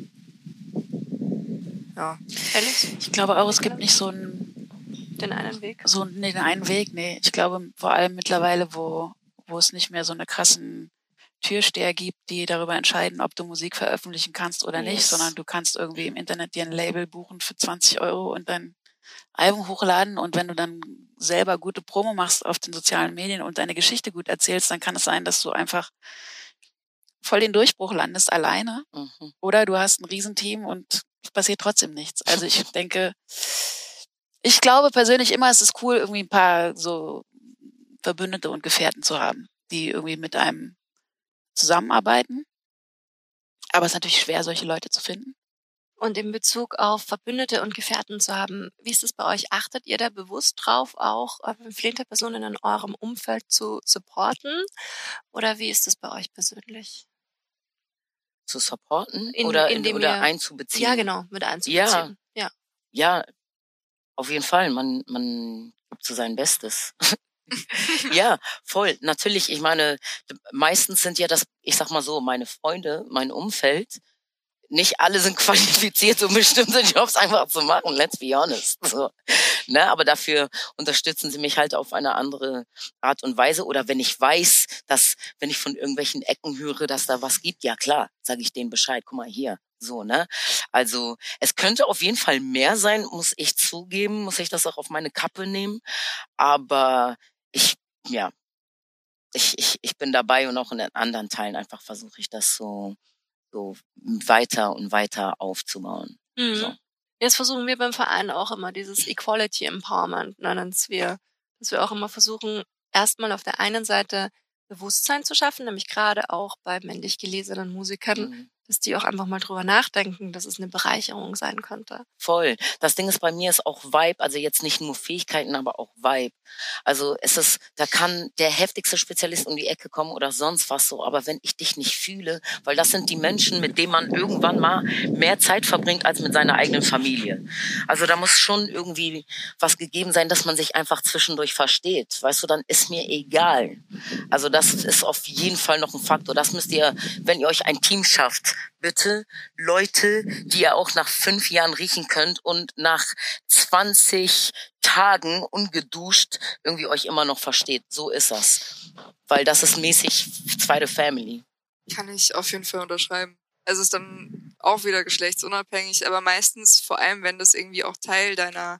ja. Ich glaube auch, es gibt nicht so Den einen Weg. den einen Weg, nee. Ich glaube vor allem mittlerweile, wo es nicht mehr so eine krassen Türsteher gibt, die darüber entscheiden, ob du Musik veröffentlichen kannst oder nicht, Yes. sondern du kannst irgendwie im Internet dir ein Label buchen für 20 € und dein Album hochladen, und wenn du dann selber gute Promo machst auf den sozialen Medien und deine Geschichte gut erzählst, dann kann es sein, dass du einfach voll den Durchbruch landest alleine, Mhm. oder du hast ein Riesenteam und es passiert trotzdem nichts. Also ich glaube persönlich immer, es ist cool, irgendwie ein paar so Verbündete und Gefährten zu haben, die irgendwie mit einem zusammenarbeiten. Aber es ist natürlich schwer, solche Leute zu finden. Und in Bezug auf Verbündete und Gefährten zu haben, wie ist es bei euch? Achtet ihr da bewusst drauf, auch Flinterpersonen in eurem Umfeld zu supporten? Oder wie ist es bei euch persönlich? Zu supporten Indem oder ihr- einzubeziehen? Ja, genau, mit einzubeziehen. Ja. Ja, auf jeden Fall. Man gibt so sein Bestes. Ja, voll. Natürlich, ich meine, meistens sind ja ich sag mal so, meine Freunde, mein Umfeld, nicht alle sind qualifiziert, um bestimmte Jobs einfach zu machen, let's be honest. So, ne? Aber dafür unterstützen sie mich halt auf eine andere Art und Weise. Oder wenn ich weiß, wenn ich von irgendwelchen Ecken höre, dass da was gibt, ja klar, sage ich denen Bescheid, guck mal hier. So, ne? Also es könnte auf jeden Fall mehr sein, muss ich zugeben, muss ich das auch auf meine Kappe nehmen. Aber ich bin dabei, und auch in den anderen Teilen einfach versuche ich das so weiter und weiter aufzubauen. Mhm. So. Jetzt versuchen wir beim Verein auch immer dieses Equality Empowerment, nennen es wir, dass wir auch immer versuchen, erstmal auf der einen Seite Bewusstsein zu schaffen, nämlich gerade auch bei männlich gelesenen Musikern, Mhm. dass die auch einfach mal drüber nachdenken, dass es eine Bereicherung sein könnte. Voll. Das Ding ist, bei mir ist auch Vibe, also jetzt nicht nur Fähigkeiten, aber auch Vibe. Also da kann der heftigste Spezialist um die Ecke kommen oder sonst was so, aber wenn ich dich nicht fühle, weil das sind die Menschen, mit denen man irgendwann mal mehr Zeit verbringt als mit seiner eigenen Familie. Also da muss schon irgendwie was gegeben sein, dass man sich einfach zwischendurch versteht. Weißt du, dann ist mir egal. Also das ist auf jeden Fall noch ein Faktor. Das müsst ihr, wenn ihr euch ein Team schafft, bitte Leute, die ihr auch nach 5 Jahren riechen könnt und nach 20 Tagen ungeduscht irgendwie euch immer noch versteht. So ist das. Weil das ist mäßig zweite Family. Kann ich auf jeden Fall unterschreiben. Also ist dann auch wieder geschlechtsunabhängig, aber meistens, vor allem wenn das irgendwie auch Teil deiner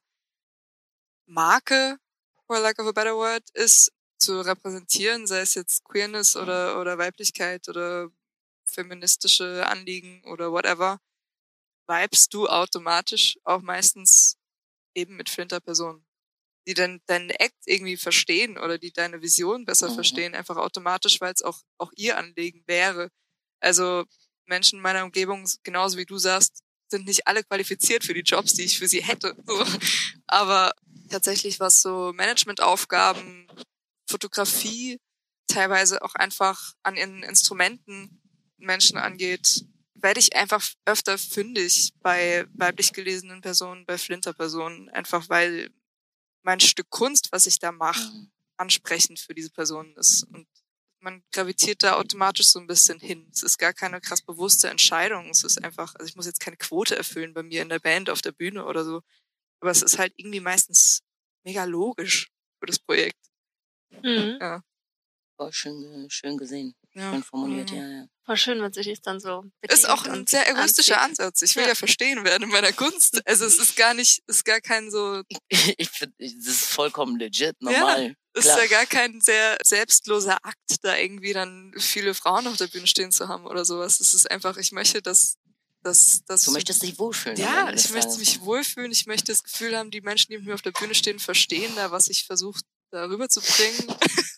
Marke, for lack of a better word, ist, zu repräsentieren, sei es jetzt Queerness oder Weiblichkeit oder feministische Anliegen oder whatever, vibest du automatisch auch meistens eben mit Flinter-Personen, die dann deinen Act irgendwie verstehen oder die deine Vision besser verstehen, einfach automatisch, weil es auch ihr Anliegen wäre. Also Menschen in meiner Umgebung, genauso wie du sagst, sind nicht alle qualifiziert für die Jobs, die ich für sie hätte. So. Aber tatsächlich, was so Managementaufgaben, Fotografie, teilweise auch einfach an ihren Instrumenten Menschen angeht, werde ich einfach öfter fündig bei weiblich gelesenen Personen, bei Flinter-Personen, einfach weil mein Stück Kunst, was ich da mache, ansprechend für diese Personen ist. Und man gravitiert da automatisch so ein bisschen hin. Es ist gar keine krass bewusste Entscheidung. Es ist einfach, also ich muss jetzt keine Quote erfüllen bei mir in der Band, auf der Bühne oder so. Aber es ist halt irgendwie meistens mega logisch für das Projekt. Mhm. Ja. Oh, schön gesehen. Ja. Schön formuliert, ja. War schön, wenn sich das dann so Ist auch ein bedingt sehr und egoistischer anzieht. Ansatz. Ich will ja verstehen werden in meiner Kunst. Also es ist gar kein so, Ich finde, das ist vollkommen legit, normal. es ist ja gar kein sehr selbstloser Akt, da irgendwie dann viele Frauen auf der Bühne stehen zu haben oder sowas. Es ist einfach, ich möchte, dass Du möchtest dich wohlfühlen. am ja, Ende des ich möchte Tages. mich wohlfühlen. Ich möchte das Gefühl haben, die Menschen, die mit mir auf der Bühne stehen, verstehen da, was ich versuche, da rüberzubringen.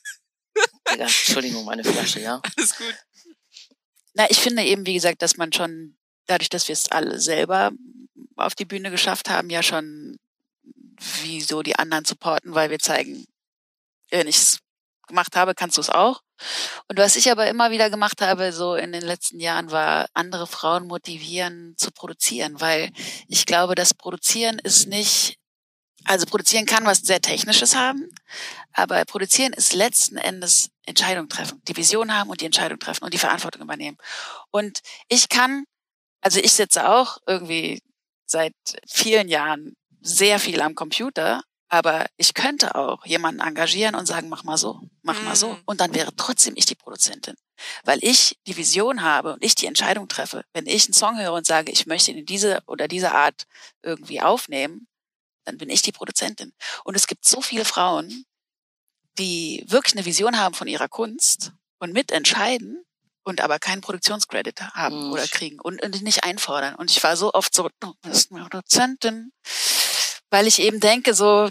Ja, Entschuldigung, meine Flasche, ja. Alles gut. Na, ich finde eben, wie gesagt, dass man schon, dadurch, dass wir es alle selber auf die Bühne geschafft haben, ja schon wie so die anderen supporten, weil wir zeigen, wenn ich es gemacht habe, kannst du es auch. Und was ich aber immer wieder gemacht habe, so in den letzten Jahren, war andere Frauen motivieren zu produzieren, weil ich glaube, das Produzieren ist nicht Also produzieren kann was sehr Technisches haben, aber produzieren ist letzten Endes Entscheidung treffen, die Vision haben und die Entscheidung treffen und die Verantwortung übernehmen. Und ich sitze auch irgendwie seit vielen Jahren sehr viel am Computer, aber ich könnte auch jemanden engagieren und sagen, mach mal so. Und dann wäre trotzdem ich die Produzentin. Weil ich die Vision habe und ich die Entscheidung treffe. Wenn ich einen Song höre und sage, ich möchte ihn in diese oder diese Art irgendwie aufnehmen, dann bin ich die Produzentin. Und es gibt so viele Frauen, die wirklich eine Vision haben von ihrer Kunst und mitentscheiden und aber keinen Produktionscredit haben oder kriegen und nicht einfordern. Und ich war so oft so, du bist eine Produzentin, weil ich eben denke, so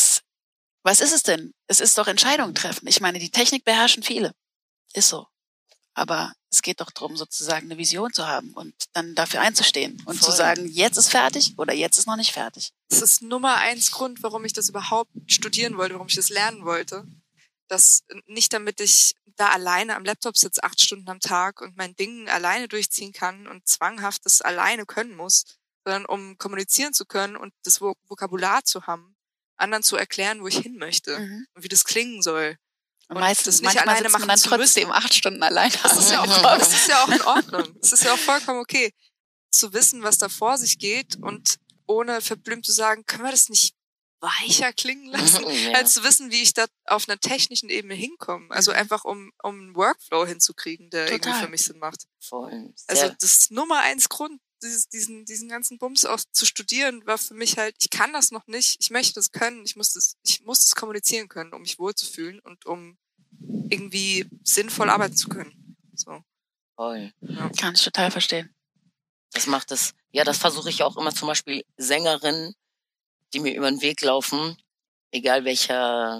was ist es denn? Es ist doch Entscheidungen treffen. Ich meine, die Technik beherrschen viele. Ist so. Aber es geht doch darum, sozusagen eine Vision zu haben und dann dafür einzustehen und zu sagen, jetzt ist fertig oder jetzt ist noch nicht fertig. Das ist Nummer 1 Grund, warum ich das überhaupt studieren wollte, warum ich das lernen wollte. Das nicht, damit ich da alleine am Laptop sitze 8 Stunden am Tag und mein Ding alleine durchziehen kann und zwanghaft das alleine können muss, sondern um kommunizieren zu können und das Vokabular zu haben, anderen zu erklären, wo ich hin möchte und wie das klingen soll. Und meistens nicht alleine machen, dann trotzdem 8 Stunden alleine. Das ist ja auch in Ordnung. Es ist ja auch vollkommen okay, zu wissen, was da vor sich geht und ohne verblümt zu sagen, können wir das nicht weicher klingen lassen, als zu wissen, wie ich da auf einer technischen Ebene hinkomme. Also einfach, um einen Workflow hinzukriegen, der irgendwie für mich Sinn macht. Voll. Also das ist Nummer 1 Grund, diesen ganzen Bums auch zu studieren, war für mich halt, ich kann das noch nicht, ich möchte das können, ich muss das kommunizieren können, um mich wohlzufühlen und um irgendwie sinnvoll arbeiten zu können. So. Voll. Ja. Kann ich total verstehen. Das macht es, ja, das versuche ich auch immer, zum Beispiel Sängerinnen, die mir über den Weg laufen, egal welcher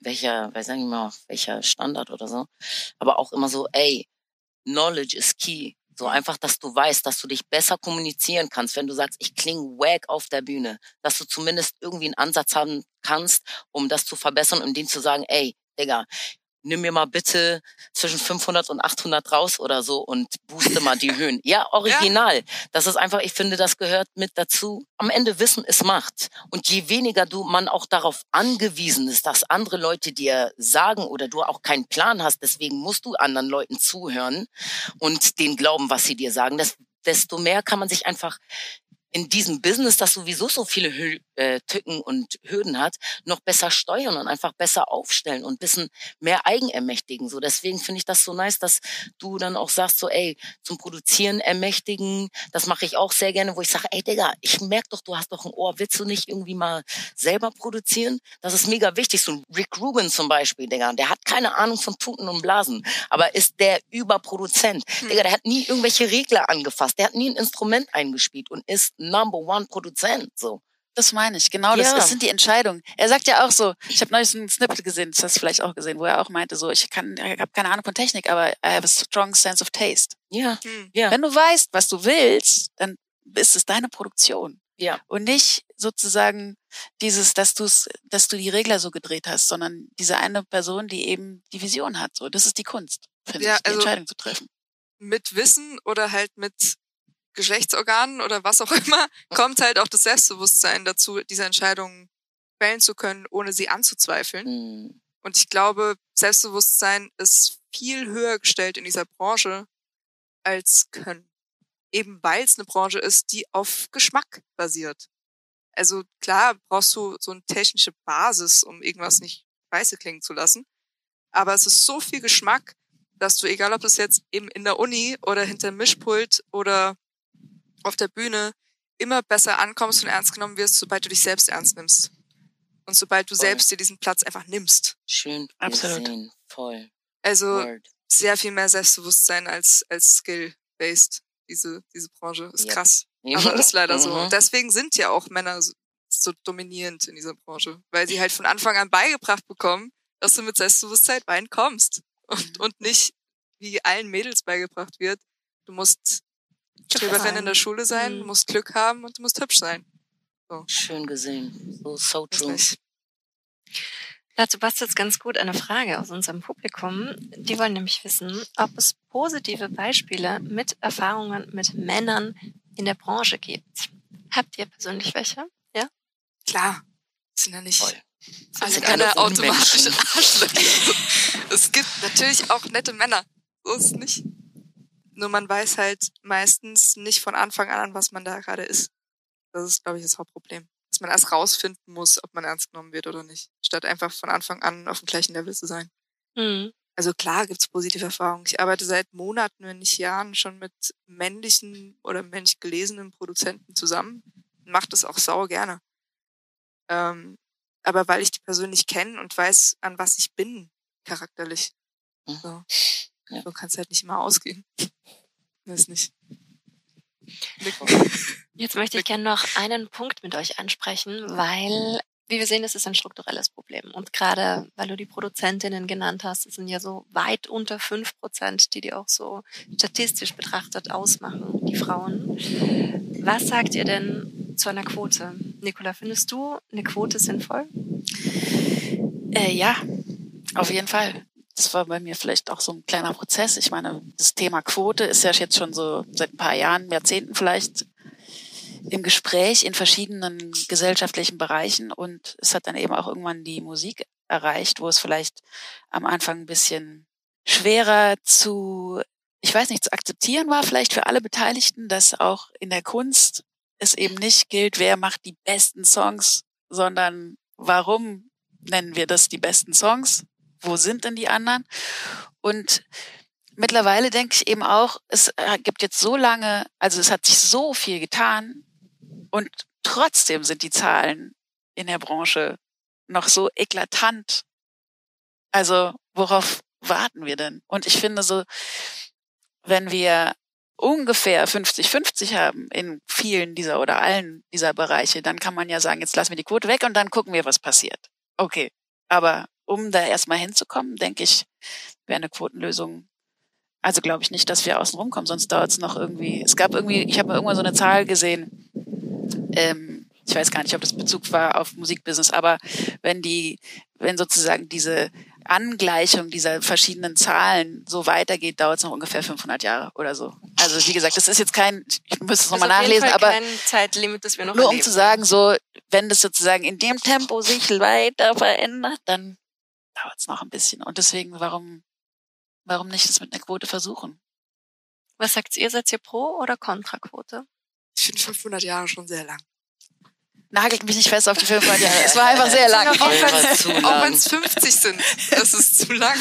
Standard oder so, aber auch immer so, Knowledge is key. So einfach, dass du weißt, dass du dich besser kommunizieren kannst, wenn du sagst, ich klinge wack auf der Bühne, dass du zumindest irgendwie einen Ansatz haben kannst, um das zu verbessern und denen zu sagen, Digga, nimm mir mal bitte zwischen 500 und 800 raus oder so und booste mal die Höhen. Ja, original. Ja. Das ist einfach, ich finde, das gehört mit dazu. Am Ende Wissen ist Macht. Und je weniger man auch darauf angewiesen ist, dass andere Leute dir sagen oder du auch keinen Plan hast, deswegen musst du anderen Leuten zuhören und denen glauben, was sie dir sagen, desto mehr kann man sich einfach in diesem Business, das sowieso so viele Tücken und Hürden hat, noch besser steuern und einfach besser aufstellen und ein bisschen mehr eigenermächtigen. So, deswegen finde ich das so nice, dass du dann auch sagst, so, zum Produzieren ermächtigen, das mache ich auch sehr gerne, wo ich sage, Digga, ich merke doch, du hast doch ein Ohr, willst du nicht irgendwie mal selber produzieren? Das ist mega wichtig. So ein Rick Rubin zum Beispiel, Digga, der hat keine Ahnung von Tuten und Blasen, aber ist der Überproduzent. Digga, der hat nie irgendwelche Regler angefasst, der hat nie ein Instrument eingespielt und ist Number One Produzent, so. Das meine ich, genau, das sind die Entscheidungen. Er sagt ja auch so, ich habe neulich einen Snippet gesehen, das hast du vielleicht auch gesehen, wo er auch meinte so, ich habe keine Ahnung von Technik, aber I have a strong sense of taste. Ja. Wenn du weißt, was du willst, dann ist es deine Produktion. Ja. Und nicht sozusagen dieses, dass du die Regler so gedreht hast, sondern diese eine Person, die eben die Vision hat. So, das ist die Kunst, finde ich, die Entscheidung zu treffen. Mit Wissen oder halt mit Geschlechtsorganen oder was auch immer, kommt halt auch das Selbstbewusstsein dazu, diese Entscheidungen fällen zu können, ohne sie anzuzweifeln. Und ich glaube, Selbstbewusstsein ist viel höher gestellt in dieser Branche als Können. Eben weil es eine Branche ist, die auf Geschmack basiert. Also klar brauchst du so eine technische Basis, um irgendwas nicht scheiße klingen zu lassen. Aber es ist so viel Geschmack, dass du, egal ob das jetzt eben in der Uni oder hinterm Mischpult oder auf der Bühne, immer besser ankommst und ernst genommen wirst, sobald du dich selbst ernst nimmst. Und sobald du selbst dir diesen Platz einfach nimmst. Schön. Absolut. Gesehen. Voll. Also sehr viel mehr Selbstbewusstsein als Skill-based, diese Branche. Ist krass. Aber ist leider so. Und deswegen sind ja auch Männer so dominierend in dieser Branche. Weil sie halt von Anfang an beigebracht bekommen, dass du mit Selbstbewusstsein reinkommst. Und nicht, wie allen Mädels beigebracht wird, du musst Streberin in der Schule sein, du musst Glück haben und du musst hübsch sein. So. Schön gesehen. So true. Dazu passt jetzt ganz gut eine Frage aus unserem Publikum. Die wollen nämlich wissen, ob es positive Beispiele mit Erfahrungen mit Männern in der Branche gibt. Habt ihr persönlich welche? Ja? Klar. sind ja nicht Voll. alle sind alle Männer automatisch Unmenschen. Arschlöcher. Es gibt natürlich auch nette Männer. So ist es nicht. Nur man weiß halt meistens nicht von Anfang an, was man da gerade ist. Das ist, glaube ich, das Hauptproblem. Dass man erst rausfinden muss, ob man ernst genommen wird oder nicht. Statt einfach von Anfang an auf dem gleichen Level zu sein. Mhm. Also klar gibt's positive Erfahrungen. Ich arbeite seit Monaten, wenn nicht Jahren, schon mit männlichen oder männlich gelesenen Produzenten zusammen. Mache das auch sau gerne. Aber weil ich die Person nicht kenne und weiß, an was ich bin, charakterlich. So, Ja. so kann es halt nicht immer ausgehen. Weiß nicht. Jetzt möchte ich gerne noch einen Punkt mit euch ansprechen, weil, wie wir sehen, es ist ein strukturelles Problem. Und gerade, weil du die Produzentinnen genannt hast, es sind ja so weit unter 5%, die auch so statistisch betrachtet ausmachen, die Frauen. Was sagt ihr denn zu einer Quote? Nicola, findest du eine Quote sinnvoll? Ja, auf jeden Fall. Das war bei mir vielleicht auch so ein kleiner Prozess. Ich meine, das Thema Quote ist ja jetzt schon so seit ein paar Jahren, Jahrzehnten vielleicht im Gespräch in verschiedenen gesellschaftlichen Bereichen, und es hat dann eben auch irgendwann die Musik erreicht, wo es vielleicht am Anfang ein bisschen schwerer zu akzeptieren war, vielleicht für alle Beteiligten, dass auch in der Kunst es eben nicht gilt, wer macht die besten Songs, sondern warum nennen wir das die besten Songs? Wo sind denn die anderen? Und mittlerweile denke ich eben auch, es gibt jetzt so lange, also es hat sich so viel getan, und trotzdem sind die Zahlen in der Branche noch so eklatant. Also worauf warten wir denn? Und ich finde so, wenn wir ungefähr 50-50 haben in vielen dieser oder allen dieser Bereiche, dann kann man ja sagen, jetzt lassen wir die Quote weg und dann gucken wir, was passiert. Okay, aber um da erstmal hinzukommen, denke ich, wäre eine Quotenlösung. Also glaube ich nicht, dass wir außen rumkommen, sonst dauert es noch irgendwie. Ich habe mal irgendwann so eine Zahl gesehen. Ich weiß gar nicht, ob das Bezug war auf Musikbusiness, aber wenn sozusagen diese Angleichung dieser verschiedenen Zahlen so weitergeht, dauert es noch ungefähr 500 Jahre oder so. Also wie gesagt, das ist jetzt ich müsste es nochmal nachlesen, aber kein Zeitlimit, das wir noch nur um erleben. zu sagen, so, wenn das sozusagen in dem Tempo sich weiter verändert, dann dauert es noch ein bisschen. Und deswegen, warum nicht das mit einer Quote versuchen? Was sagt ihr? Seid ihr pro oder kontra Quote? Ich finde 500 Jahre schon sehr lang. Nagelt mich nicht fest auf die 500 Jahre. Es war einfach sehr lang. Auch zu wenn lang. es 50 sind, das ist zu lang.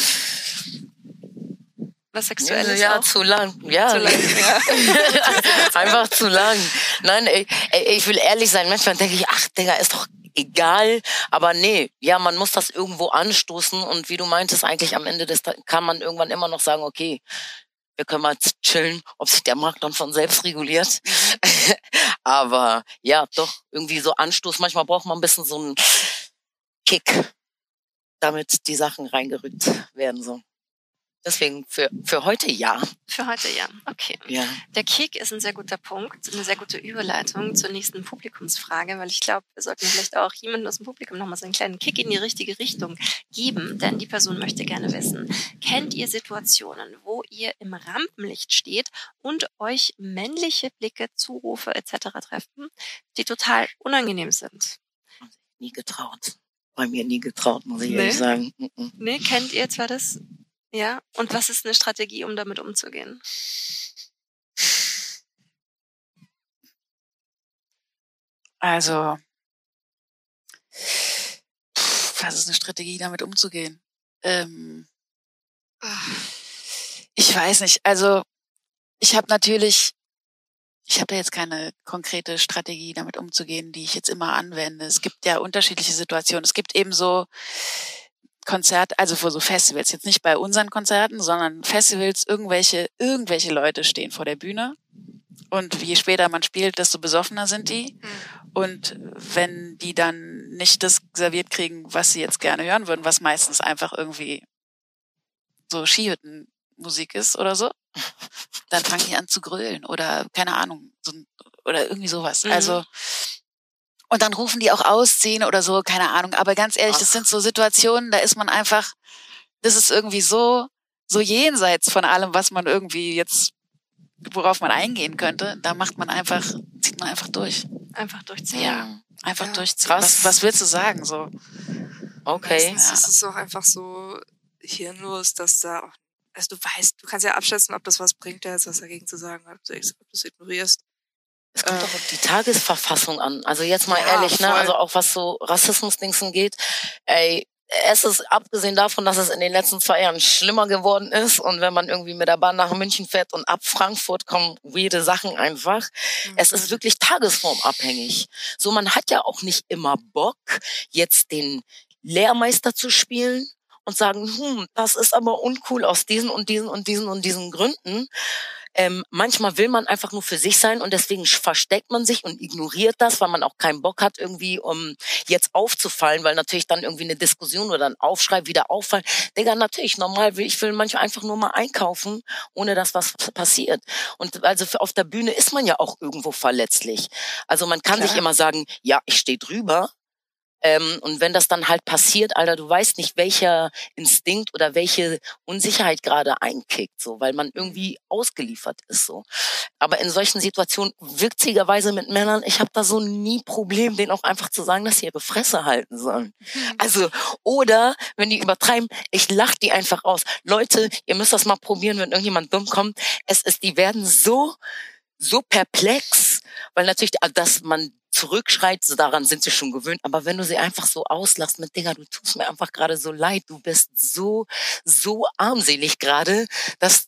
Was sagst du, Alice? Ja, auch? zu lang. Ja. Zu lang, ja. Einfach zu lang. Nein, ich will ehrlich sein, manchmal denke ich, ach, Digga, ist doch egal. Aber nee, ja, man muss das irgendwo anstoßen, und wie du meintest, eigentlich am Ende kann man irgendwann immer noch sagen, okay, wir können mal chillen, ob sich der Markt dann von selbst reguliert. Aber ja, doch, irgendwie so Anstoß. Manchmal braucht man ein bisschen so einen Kick, damit die Sachen reingerückt werden. So. Deswegen für heute ja. Für heute ja, okay. Ja. Der Kick ist ein sehr guter Punkt, eine sehr gute Überleitung zur nächsten Publikumsfrage, weil ich glaube, wir sollten vielleicht auch jemandem aus dem Publikum nochmal so einen kleinen Kick in die richtige Richtung geben, denn die Person möchte gerne wissen, kennt ihr Situationen, wo ihr im Rampenlicht steht und euch männliche Blicke, Zurufe etc. treffen, die total unangenehm sind? Nie getraut. Bei mir nie getraut, muss ich Nee. ehrlich sagen. Ne, kennt ihr zwar das? Ja, und was ist eine Strategie, um damit umzugehen? Also, was ist eine Strategie, damit umzugehen? Ich weiß nicht. Also, ich habe da jetzt keine konkrete Strategie, damit umzugehen, die ich jetzt immer anwende. Es gibt ja unterschiedliche Situationen. Es gibt eben so Konzerte, also für so Festivals, jetzt nicht bei unseren Konzerten, sondern Festivals, irgendwelche Leute stehen vor der Bühne, und je später man spielt, desto besoffener sind die. Und wenn die dann nicht das serviert kriegen, was sie jetzt gerne hören würden, was meistens einfach irgendwie so Skihüttenmusik ist oder so, dann fangen die an zu grölen oder keine Ahnung, oder irgendwie sowas. Mhm. Also, und dann rufen die auch ausziehen oder so, keine Ahnung. Aber ganz ehrlich, das sind so Situationen, da ist man einfach, das ist irgendwie so jenseits von allem, was man irgendwie jetzt, worauf man eingehen könnte. Da zieht man einfach durch. Einfach durchziehen. Ja, einfach durchziehen. Krass. Was willst du sagen? So. Okay. Meistens ist es auch einfach so hirnlos, dass da, also du weißt, du kannst ja abschätzen, ob das was bringt, da jetzt was dagegen zu sagen, ob du es ignorierst. Es kommt doch auf die Tagesverfassung an. Also jetzt mal Ja, ehrlich, ne? voll. Also auch was so Rassismus-Dingsen geht. Ey, es ist abgesehen davon, dass es in den letzten 2 Jahren schlimmer geworden ist und wenn man irgendwie mit der Bahn nach München fährt und ab Frankfurt kommen weirde Sachen einfach. Es ist wirklich tagesformabhängig. So, man hat ja auch nicht immer Bock, jetzt den Lehrmeister zu spielen und sagen, das ist aber uncool aus diesen und diesen und diesen und diesen Gründen. Manchmal will man einfach nur für sich sein und deswegen versteckt man sich und ignoriert das, weil man auch keinen Bock hat, irgendwie jetzt aufzufallen, weil natürlich dann irgendwie eine Diskussion oder ein Aufschrei wieder auffallen. Digga, natürlich, normal ich will manchmal einfach nur mal einkaufen, ohne dass was passiert. Und also auf der Bühne ist man ja auch irgendwo verletzlich. Also man kann sich immer sagen, ja, ich stehe drüber. Und wenn das dann halt passiert, Alter, du weißt nicht, welcher Instinkt oder welche Unsicherheit gerade einkickt, so, weil man irgendwie ausgeliefert ist, so. Aber in solchen Situationen, witzigerweise mit Männern, ich habe da so nie Problem, denen auch einfach zu sagen, dass sie ihre Fresse halten sollen. Also, oder, wenn die übertreiben, ich lach die einfach aus. Leute, ihr müsst das mal probieren, wenn irgendjemand dumm kommt. Die werden so perplex, weil natürlich, dass man zurückschreit, so daran sind sie schon gewöhnt, aber wenn du sie einfach so auslachst mit, Digga, du tust mir einfach gerade so leid, du bist so armselig gerade, das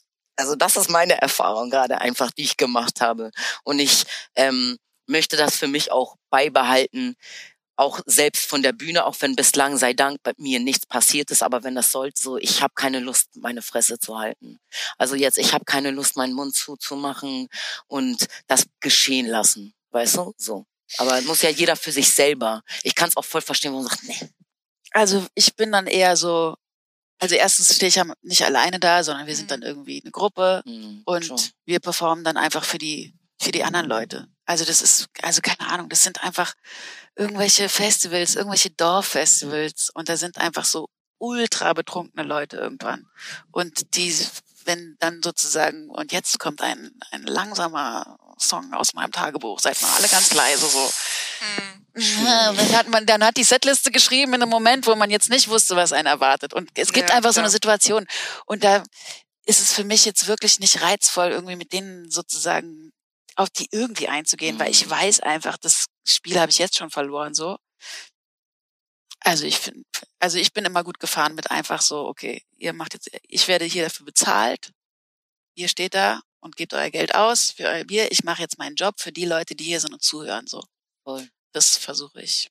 ist meine Erfahrung gerade einfach, die ich gemacht habe und ich möchte das für mich auch beibehalten, auch selbst von der Bühne, auch wenn bislang, sei Dank, bei mir nichts passiert ist, aber wenn das so, ich habe keine Lust, meine Fresse zu halten. Also jetzt, ich habe keine Lust, meinen Mund zuzumachen und das geschehen lassen, weißt du? So. Aber muss ja jeder für sich selber. Ich kann es auch voll verstehen, wo man sagt, nee. Also ich bin dann eher so, also erstens stehe ich ja nicht alleine da, sondern wir sind dann irgendwie eine Gruppe und schon. wir performen dann einfach für die anderen Leute. Also das ist, also keine Ahnung, das sind einfach irgendwelche Festivals, irgendwelche Dorffestivals und da sind einfach so ultra betrunkene Leute irgendwann. Und die, wenn dann sozusagen, und jetzt kommt ein langsamer Song aus meinem Tagebuch, seid mal alle ganz leise so. Ja, dann hat die Setliste geschrieben in einem Moment, wo man jetzt nicht wusste, was einen erwartet. Und es gibt einfach so eine Situation. Und da ist es für mich jetzt wirklich nicht reizvoll, irgendwie mit denen sozusagen auf die irgendwie einzugehen, weil ich weiß einfach, das Spiel habe ich jetzt schon verloren, so. Also ich bin immer gut gefahren mit einfach so, okay, ich werde hier dafür bezahlt, ihr steht da und gebt euer Geld aus für euer Bier, ich mache jetzt meinen Job für die Leute, die hier sind und zuhören, so. Voll. Das versuche ich.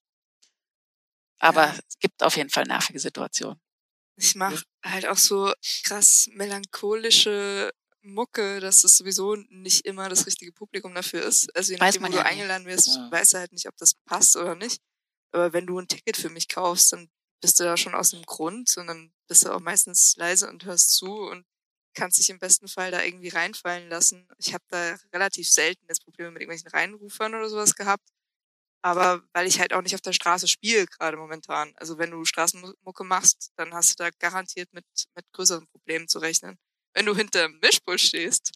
Aber es gibt auf jeden Fall nervige Situationen. Ich mache halt auch so krass melancholische Mucke, dass es sowieso nicht immer das richtige Publikum dafür ist. Also je nachdem, wo du eingeladen wirst, weißt du halt nicht, ob das passt oder nicht. Aber wenn du ein Ticket für mich kaufst, dann bist du da schon aus dem Grund und dann bist du auch meistens leise und hörst zu und kannst dich im besten Fall da irgendwie reinfallen lassen. Ich habe da relativ selten das Problem mit irgendwelchen Reinrufern oder sowas gehabt. Aber weil ich halt auch nicht auf der Straße spiele, gerade momentan. Also wenn du Straßenmucke machst, dann hast du da garantiert mit größeren Problemen zu rechnen. Wenn du hinter dem Mischpult stehst,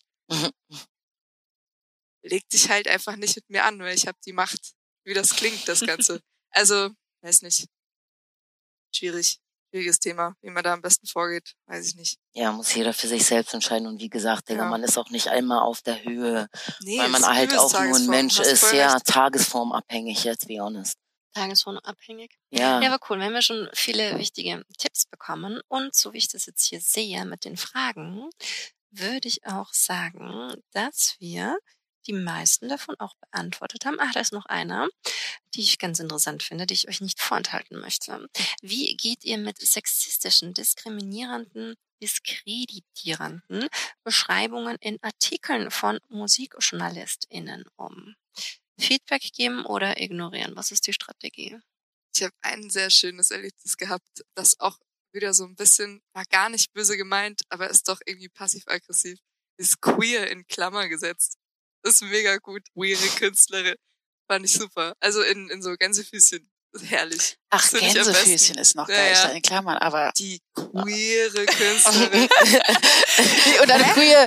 leg dich halt einfach nicht mit mir an, weil ich habe die Macht, wie das klingt, das Ganze. Also, weiß nicht. Schwieriges Thema. Wie man da am besten vorgeht, weiß ich nicht. Ja, muss jeder für sich selbst entscheiden. Und wie gesagt, Digga, man ist auch nicht einmal auf der Höhe, weil man halt auch nur ein Mensch ist. Ja, tagesformabhängig, let's be honest. Tagesformabhängig. Ja. Ja, aber cool. Wir haben ja schon viele wichtige Tipps bekommen. Und so wie ich das jetzt hier sehe mit den Fragen, würde ich auch sagen, dass wir die meisten davon auch beantwortet haben. Ach, da ist noch eine, die ich ganz interessant finde, die ich euch nicht vorenthalten möchte. Wie geht ihr mit sexistischen, diskriminierenden, diskreditierenden Beschreibungen in Artikeln von MusikjournalistInnen um? Feedback geben oder ignorieren? Was ist die Strategie? Ich habe ein sehr schönes Erlebnis gehabt, das auch wieder so ein bisschen, war gar nicht böse gemeint, aber ist doch irgendwie passiv-aggressiv. Ist queer in Klammer gesetzt. Das ist mega gut. Queere Künstlerin. Fand ich super. Also in so Gänsefüßchen. Herrlich. Ach, Gänsefüßchen ist noch geil, ja. In Klammern, aber... Die queere Künstlerin. Und eine queer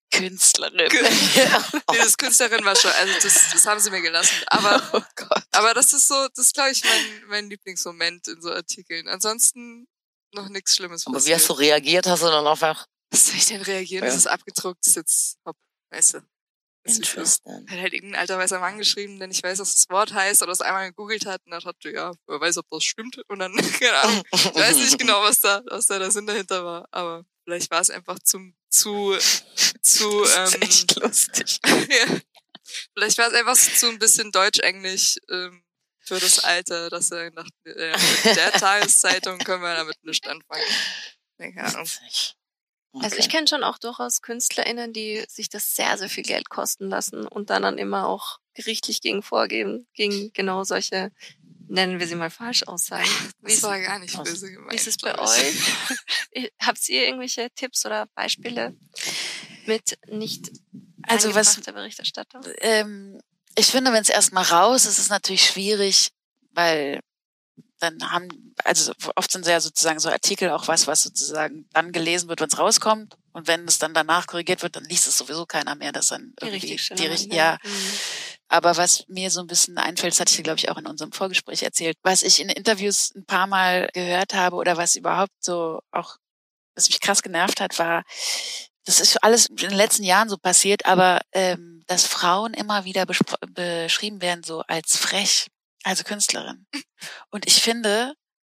Künstlerin. Nee, das Künstlerin war schon, also das haben sie mir gelassen. Aber, aber das ist so, das ist, glaube ich, mein Lieblingsmoment in so Artikeln. Ansonsten noch nichts Schlimmes Aber passiert. wie hast du reagiert? Hast du dann einfach... Was soll ich denn reagieren? Ja. Das ist abgedruckt, das ist jetzt, hopp, weißt du. Das ist so. Interesting. Hat halt irgendein alter weißer Mann geschrieben, der nicht weiß, was das Wort heißt oder es einmal gegoogelt hat und dann dachte, ja, wer weiß, ob das stimmt. Und dann, keine Ahnung, ich weiß nicht genau, was da der Sinn dahinter war, aber vielleicht war es einfach zu Das ist echt lustig. ja. Vielleicht war es einfach zu ein bisschen Deutsch-Englisch für das Alter, dass er dachte, mit der Tageszeitung können wir damit nicht anfangen. Keine Ahnung. Also ich kenne schon auch durchaus KünstlerInnen, die sich das sehr, sehr viel Geld kosten lassen und dann immer auch gerichtlich gegen vorgehen, gegen genau solche, nennen wir sie mal Falschaussagen. Das war gar nicht böse gemeint. Wie ist es bei glaub ich. euch? Habt ihr irgendwelche Tipps oder Beispiele mit nicht Also was- eingebrachter Berichterstattung? Ich finde, wenn es erstmal raus ist, ist es natürlich schwierig, weil dann also oft sind ja sozusagen so Artikel auch was sozusagen dann gelesen wird, wenn es rauskommt. Und wenn es dann danach korrigiert wird, dann liest es sowieso keiner mehr, dass dann irgendwie ja. Aber was mir so ein bisschen einfällt, das hatte ich dir, glaube ich, auch in unserem Vorgespräch erzählt, was ich in Interviews ein paar Mal gehört habe oder was überhaupt so auch, was mich krass genervt hat, war, das ist alles in den letzten Jahren so passiert, aber dass Frauen immer wieder beschrieben werden so als frech, also Künstlerin. Und ich finde,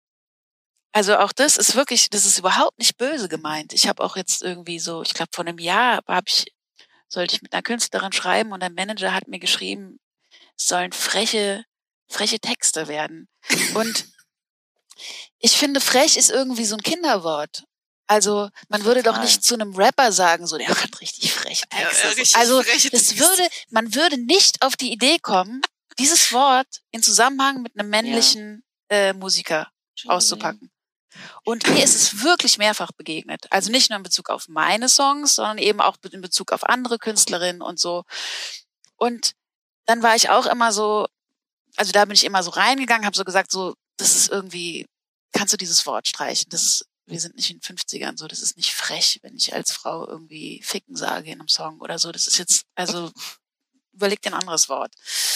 also auch das ist wirklich, das ist überhaupt nicht böse gemeint. Ich habe auch jetzt irgendwie so, ich glaube vor einem Jahr sollte ich mit einer Künstlerin schreiben und der Manager hat mir geschrieben, es sollen freche Texte werden. Und ich finde, frech ist irgendwie so ein Kinderwort. Also man würde doch nicht zu einem Rapper sagen, so der hat richtig freche Texte. richtig Also freche Texte. man würde nicht auf die Idee kommen, dieses Wort in Zusammenhang mit einem männlichen Musiker auszupacken. Und mir ist es wirklich mehrfach begegnet. Also nicht nur in Bezug auf meine Songs, sondern eben auch in Bezug auf andere Künstlerinnen und so. Und dann war ich auch immer so, also da bin ich immer so reingegangen, habe so gesagt, so, das ist irgendwie, kannst du dieses Wort streichen? Wir sind nicht in den 50ern, so, das ist nicht frech, wenn ich als Frau irgendwie ficken sage in einem Song oder so. Das ist jetzt, also überleg dir ein anderes Wort.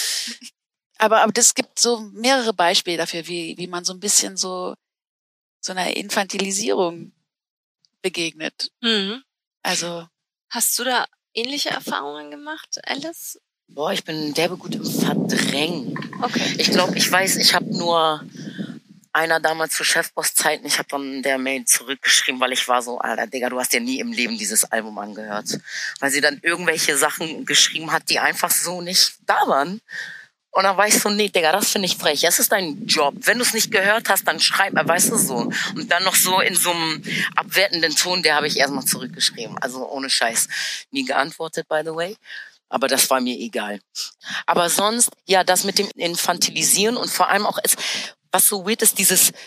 Aber das gibt so mehrere Beispiele dafür, wie man so ein bisschen so einer Infantilisierung begegnet. Mhm. Also Hast du da ähnliche Erfahrungen gemacht, Alice? Boah, ich bin derbe gut im Verdrängen. Okay. Ich glaube, ich habe nur einer damals zu Chefboss-Zeiten, ich habe dann der Mail zurückgeschrieben, weil ich war so, Alter, Digga, du hast ja nie im Leben dieses Album angehört. Weil sie dann irgendwelche Sachen geschrieben hat, die einfach so nicht da waren. Und dann war ich so, nee, Digga, das finde ich frech. Es ist dein Job. Wenn du es nicht gehört hast, dann schreib mal, weißt du so. Und dann noch so in so einem abwertenden Ton, der habe ich erstmal zurückgeschrieben. Also ohne Scheiß. Nie geantwortet, by the way. Aber das war mir egal. Aber sonst, ja, das mit dem Infantilisieren und vor allem auch, was so weird ist,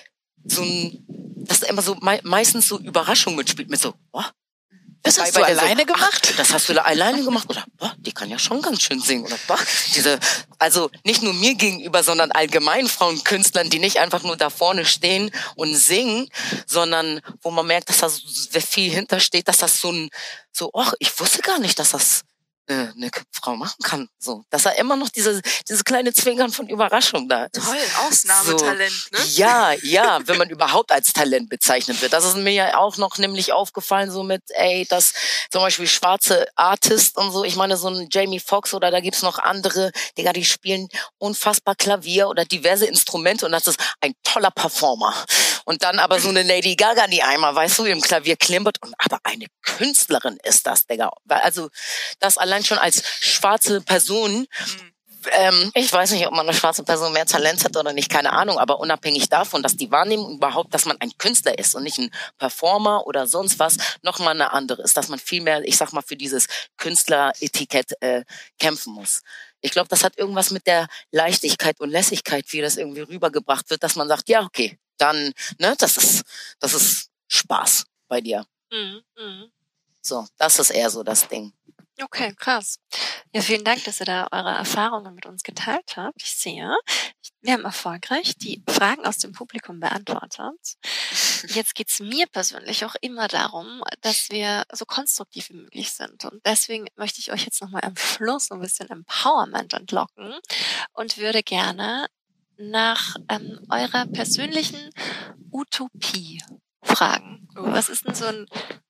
dass immer so meistens so Überraschung mitspielt, mit so, oh, das hast du alleine gemacht? Ach, das hast du alleine gemacht? Oder, boah, die kann ja schon ganz schön singen. Oder, boah, also nicht nur mir gegenüber, sondern allgemein Frauenkünstlern, die nicht einfach nur da vorne stehen und singen, sondern wo man merkt, dass da so viel hintersteht, dass das ich wusste gar nicht, dass das eine Frau machen kann. So, dass er immer noch diese kleine Zwinkern von Überraschung da ist. Toll, Ausnahmetalent, ne? Ja, wenn man überhaupt als Talent bezeichnet wird. Das ist mir ja auch noch nämlich aufgefallen, so mit, dass zum Beispiel schwarze Artists und so, ich meine, so ein Jamie Foxx oder da gibt's noch andere, Digga, die spielen unfassbar Klavier oder diverse Instrumente und das ist ein toller Performer. Und dann aber so eine Lady Gaga, die einmal, weißt du, im Klavier klimpert und aber eine Künstlerin ist das, Digga. Also, das allein schon als schwarze Person, ich weiß nicht, ob man eine schwarze Person mehr Talent hat oder nicht, keine Ahnung, aber unabhängig davon, dass die Wahrnehmung überhaupt, dass man ein Künstler ist und nicht ein Performer oder sonst was, nochmal eine andere ist, dass man viel mehr, ich sag mal, für dieses Künstleretikett kämpfen muss. Ich glaube, das hat irgendwas mit der Leichtigkeit und Lässigkeit, wie das irgendwie rübergebracht wird, dass man sagt, ja, okay, dann, ne, das ist Spaß bei dir. So, das ist eher so das Ding. Okay, krass. Ja, vielen Dank, dass ihr da eure Erfahrungen mit uns geteilt habt. Ich sehe, wir haben erfolgreich die Fragen aus dem Publikum beantwortet. jetzt geht's mir persönlich auch immer darum, dass wir so konstruktiv wie möglich sind. Und deswegen möchte ich euch jetzt nochmal am Schluss so ein bisschen Empowerment entlocken und würde gerne nach eurer persönlichen Utopie fragen. Was ist denn so ein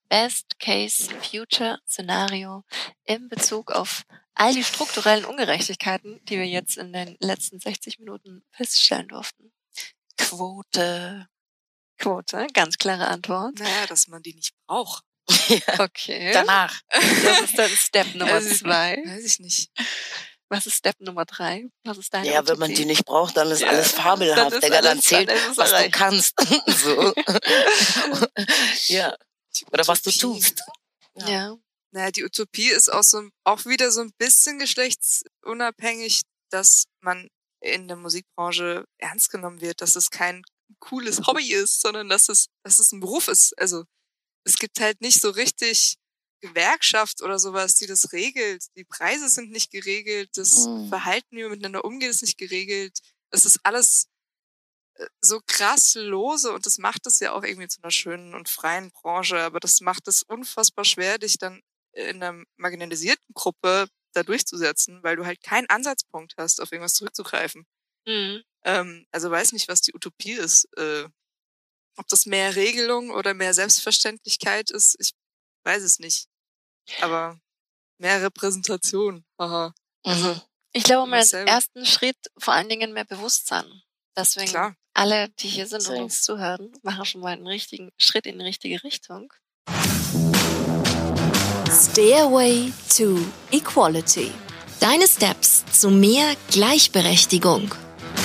Best-Case-Future-Szenario in Bezug auf all die strukturellen Ungerechtigkeiten, die wir jetzt in den letzten 60 Minuten feststellen durften? Quote. Quote, ganz klare Antwort. Naja, dass man die nicht braucht. Okay. Danach. Das ist dann Step Nummer Also, 2. Weiß ich nicht. Was ist Step Nummer 3? Was ist deine Ja, wenn man Utopie? die nicht braucht, dann ist Ja, alles fabelhaft. dann ist Digga, dann alles- zählt, dann ist es was du erreicht. kannst. So. Ja. Die Oder was du Utopie. tust. Ja. Naja, die Utopie ist auch wieder so ein bisschen geschlechtsunabhängig, dass man in der Musikbranche ernst genommen wird, dass es kein cooles Hobby ist, sondern dass es ein Beruf ist. Also es gibt halt nicht so richtig Gewerkschaft oder sowas, die das regelt. Die Preise sind nicht geregelt, das Verhalten, wie man miteinander umgeht, ist nicht geregelt. Es ist alles so krass lose und das macht es ja auch irgendwie zu einer schönen und freien Branche, aber das macht es unfassbar schwer, dich dann in einer marginalisierten Gruppe da durchzusetzen, weil du halt keinen Ansatzpunkt hast, auf irgendwas zurückzugreifen. Mhm. Also weiß nicht, was die Utopie ist. Ob das mehr Regelung oder mehr Selbstverständlichkeit ist, ich weiß es nicht. Aber mehr Repräsentation. Haha. Also, Ich glaube mal, als Dasselbe. ersten Schritt vor allen Dingen mehr Bewusstsein. Deswegen klar. alle, die hier sind und Safe. uns zuhören, machen schon mal einen richtigen Schritt in die richtige Richtung. Stairway to Equality. Deine Steps zu mehr Gleichberechtigung.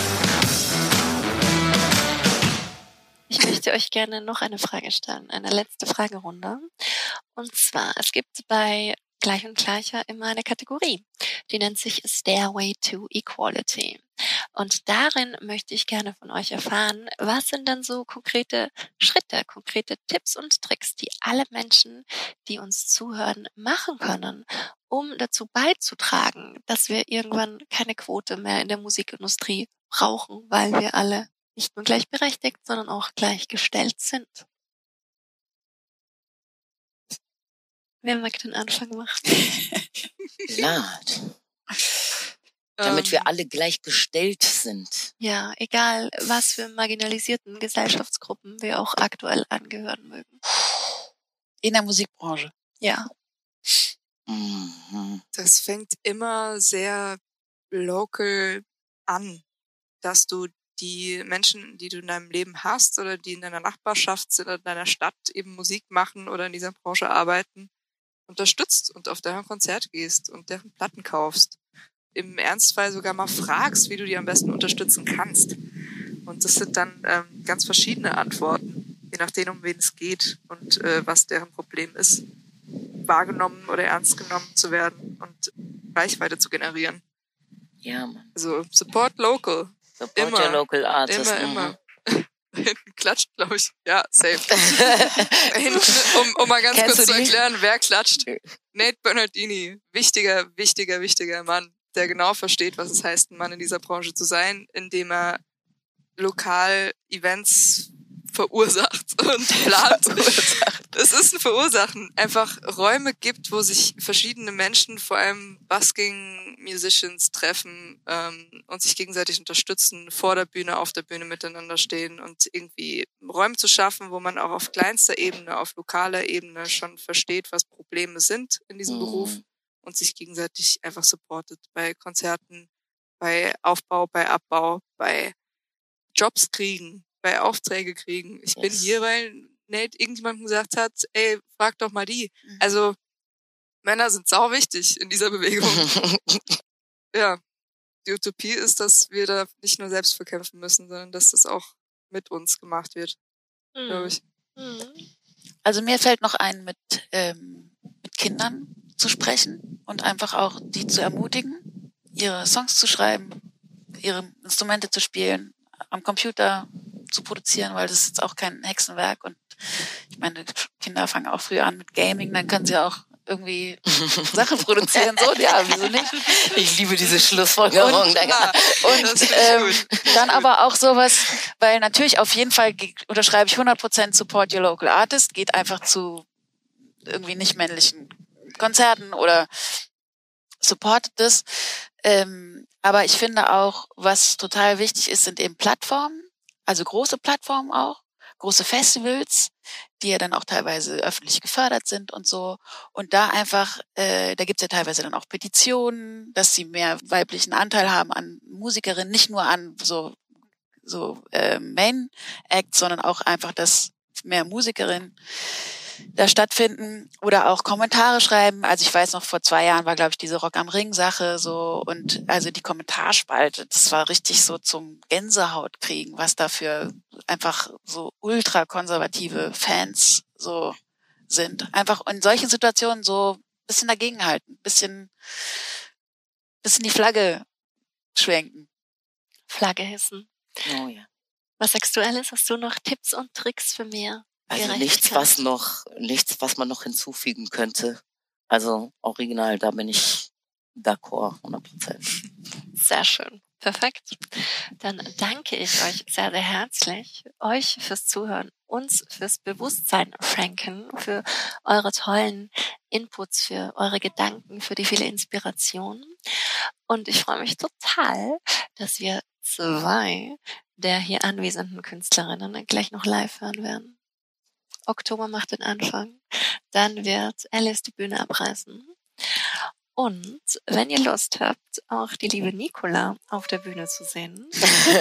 Ich möchte euch gerne noch eine Frage stellen, eine letzte Fragerunde. Und zwar, es gibt bei Gleich und Gleicher immer eine Kategorie, die nennt sich Stairway to Equality. Und darin möchte ich gerne von euch erfahren, was sind denn so konkrete Schritte, konkrete Tipps und Tricks, die alle Menschen, die uns zuhören, machen können, um dazu beizutragen, dass wir irgendwann keine Quote mehr in der Musikindustrie brauchen, weil wir alle nicht nur gleichberechtigt, sondern auch gleichgestellt sind. Wer mag den Anfang machen? Lad. Damit wir alle gleichgestellt sind. Ja, egal, was für marginalisierten Gesellschaftsgruppen wir auch aktuell angehören mögen. In der Musikbranche. Ja. Mhm. Das fängt immer sehr local an, dass du die Menschen, die du in deinem Leben hast oder die in deiner Nachbarschaft sind oder in deiner Stadt eben Musik machen oder in dieser Branche arbeiten, unterstützt und auf deren Konzert gehst und deren Platten kaufst. Im Ernstfall sogar mal fragst, wie du die am besten unterstützen kannst. Und das sind dann ganz verschiedene Antworten, je nachdem, um wen es geht und was deren Problem ist, wahrgenommen oder ernst genommen zu werden und Reichweite zu generieren. Ja, Mann. Also support local. Support Immer. your local artist. Immer. Hinten klatscht, glaube ich. Ja, safe. Hinten, um mal ganz Kennst kurz du zu die? erklären, wer klatscht. Nate Bernardini, wichtiger Mann, der genau versteht, was es heißt, ein Mann in dieser Branche zu sein, indem er lokal Events verursacht und plant. Es ist ein Verursachen. Einfach Räume gibt, wo sich verschiedene Menschen, vor allem Busking-Musicians, treffen und sich gegenseitig unterstützen, vor der Bühne, auf der Bühne miteinander stehen und irgendwie Räume zu schaffen, wo man auch auf kleinster Ebene, auf lokaler Ebene schon versteht, was Probleme sind in diesem Beruf und sich gegenseitig einfach supportet bei Konzerten, bei Aufbau, bei Abbau, bei Jobs kriegen, bei Aufträge kriegen. Ich bin hier, weil Nate irgendjemandem gesagt hat, ey, frag doch mal die. Also Männer sind sau wichtig in dieser Bewegung. Ja, die Utopie ist, dass wir da nicht nur selbst verkämpfen müssen, sondern dass das auch mit uns gemacht wird, glaube ich. Also mir fällt noch ein, mit Kindern zu sprechen und einfach auch die zu ermutigen, ihre Songs zu schreiben, ihre Instrumente zu spielen, am Computer zu produzieren, weil das ist auch kein Hexenwerk und ich meine, Kinder fangen auch früh an mit Gaming, dann können sie auch irgendwie Sachen produzieren, so, ja, wieso nicht? Ich liebe diese Schlussfolgerung. Und dann aber auch sowas, weil natürlich auf jeden Fall unterschreibe ich 100% Support Your Local Artist, geht einfach zu irgendwie nicht männlichen Konzerten oder supportet das. Aber ich finde auch, was total wichtig ist, sind eben Plattformen, also große Plattformen auch, große Festivals, die ja dann auch teilweise öffentlich gefördert sind und so. Und da einfach, da gibt's ja teilweise dann auch Petitionen, dass sie mehr weiblichen Anteil haben an Musikerinnen, nicht nur an so Main Acts, sondern auch einfach, dass mehr Musikerinnen da stattfinden oder auch Kommentare schreiben. Also ich weiß noch, vor 2 Jahren war, glaube ich, diese Rock am Ring Sache so, und also die Kommentarspalte, das war richtig so zum Gänsehaut kriegen, was da für einfach so ultrakonservative Fans so sind. Einfach in solchen Situationen so ein bisschen dagegenhalten, bisschen die Flagge schwenken. Flagge hissen. Oh ja. Was Sexuelles, hast du noch Tipps und Tricks für mehr? Also nichts, was man noch hinzufügen könnte. Also original, da bin ich d'accord, 100%. Sehr schön. Perfekt. Dann danke ich euch sehr, sehr herzlich. Euch fürs Zuhören, uns fürs Bewusstsein franken, für eure tollen Inputs, für eure Gedanken, für die viele Inspirationen. Und ich freue mich total, dass wir 2 der hier anwesenden Künstlerinnen gleich noch live hören werden. Oktober macht den Anfang. Dann wird Alice die Bühne abreißen. Und wenn ihr Lust habt, auch die liebe Nicola auf der Bühne zu sehen,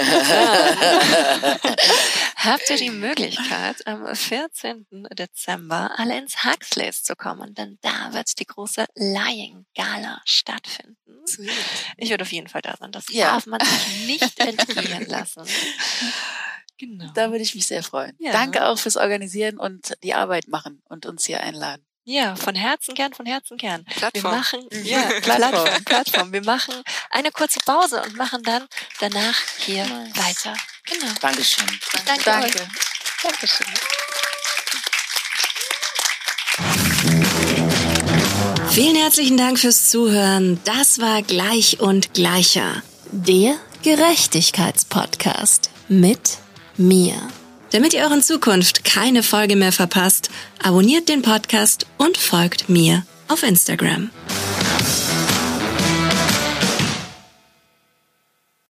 habt ihr die Möglichkeit, am 14. Dezember alle ins Huxleys zu kommen, denn da wird die große Lying Gala stattfinden. Ich würde auf jeden Fall da sein. Das darf man sich nicht entgehen lassen. Genau. Da würde ich mich sehr freuen. Ja. Danke auch fürs Organisieren und die Arbeit machen und uns hier einladen. Ja, von Herzen gern. Plattform. Wir machen, Plattform. Wir machen eine kurze Pause und machen dann danach hier weiter. Genau. Dankeschön. Danke. Dankeschön. Vielen herzlichen Dank fürs Zuhören. Das war Gleich und Gleicher, der Gerechtigkeitspodcast mit mir. Damit ihr auch in Zukunft keine Folge mehr verpasst, abonniert den Podcast und folgt mir auf Instagram.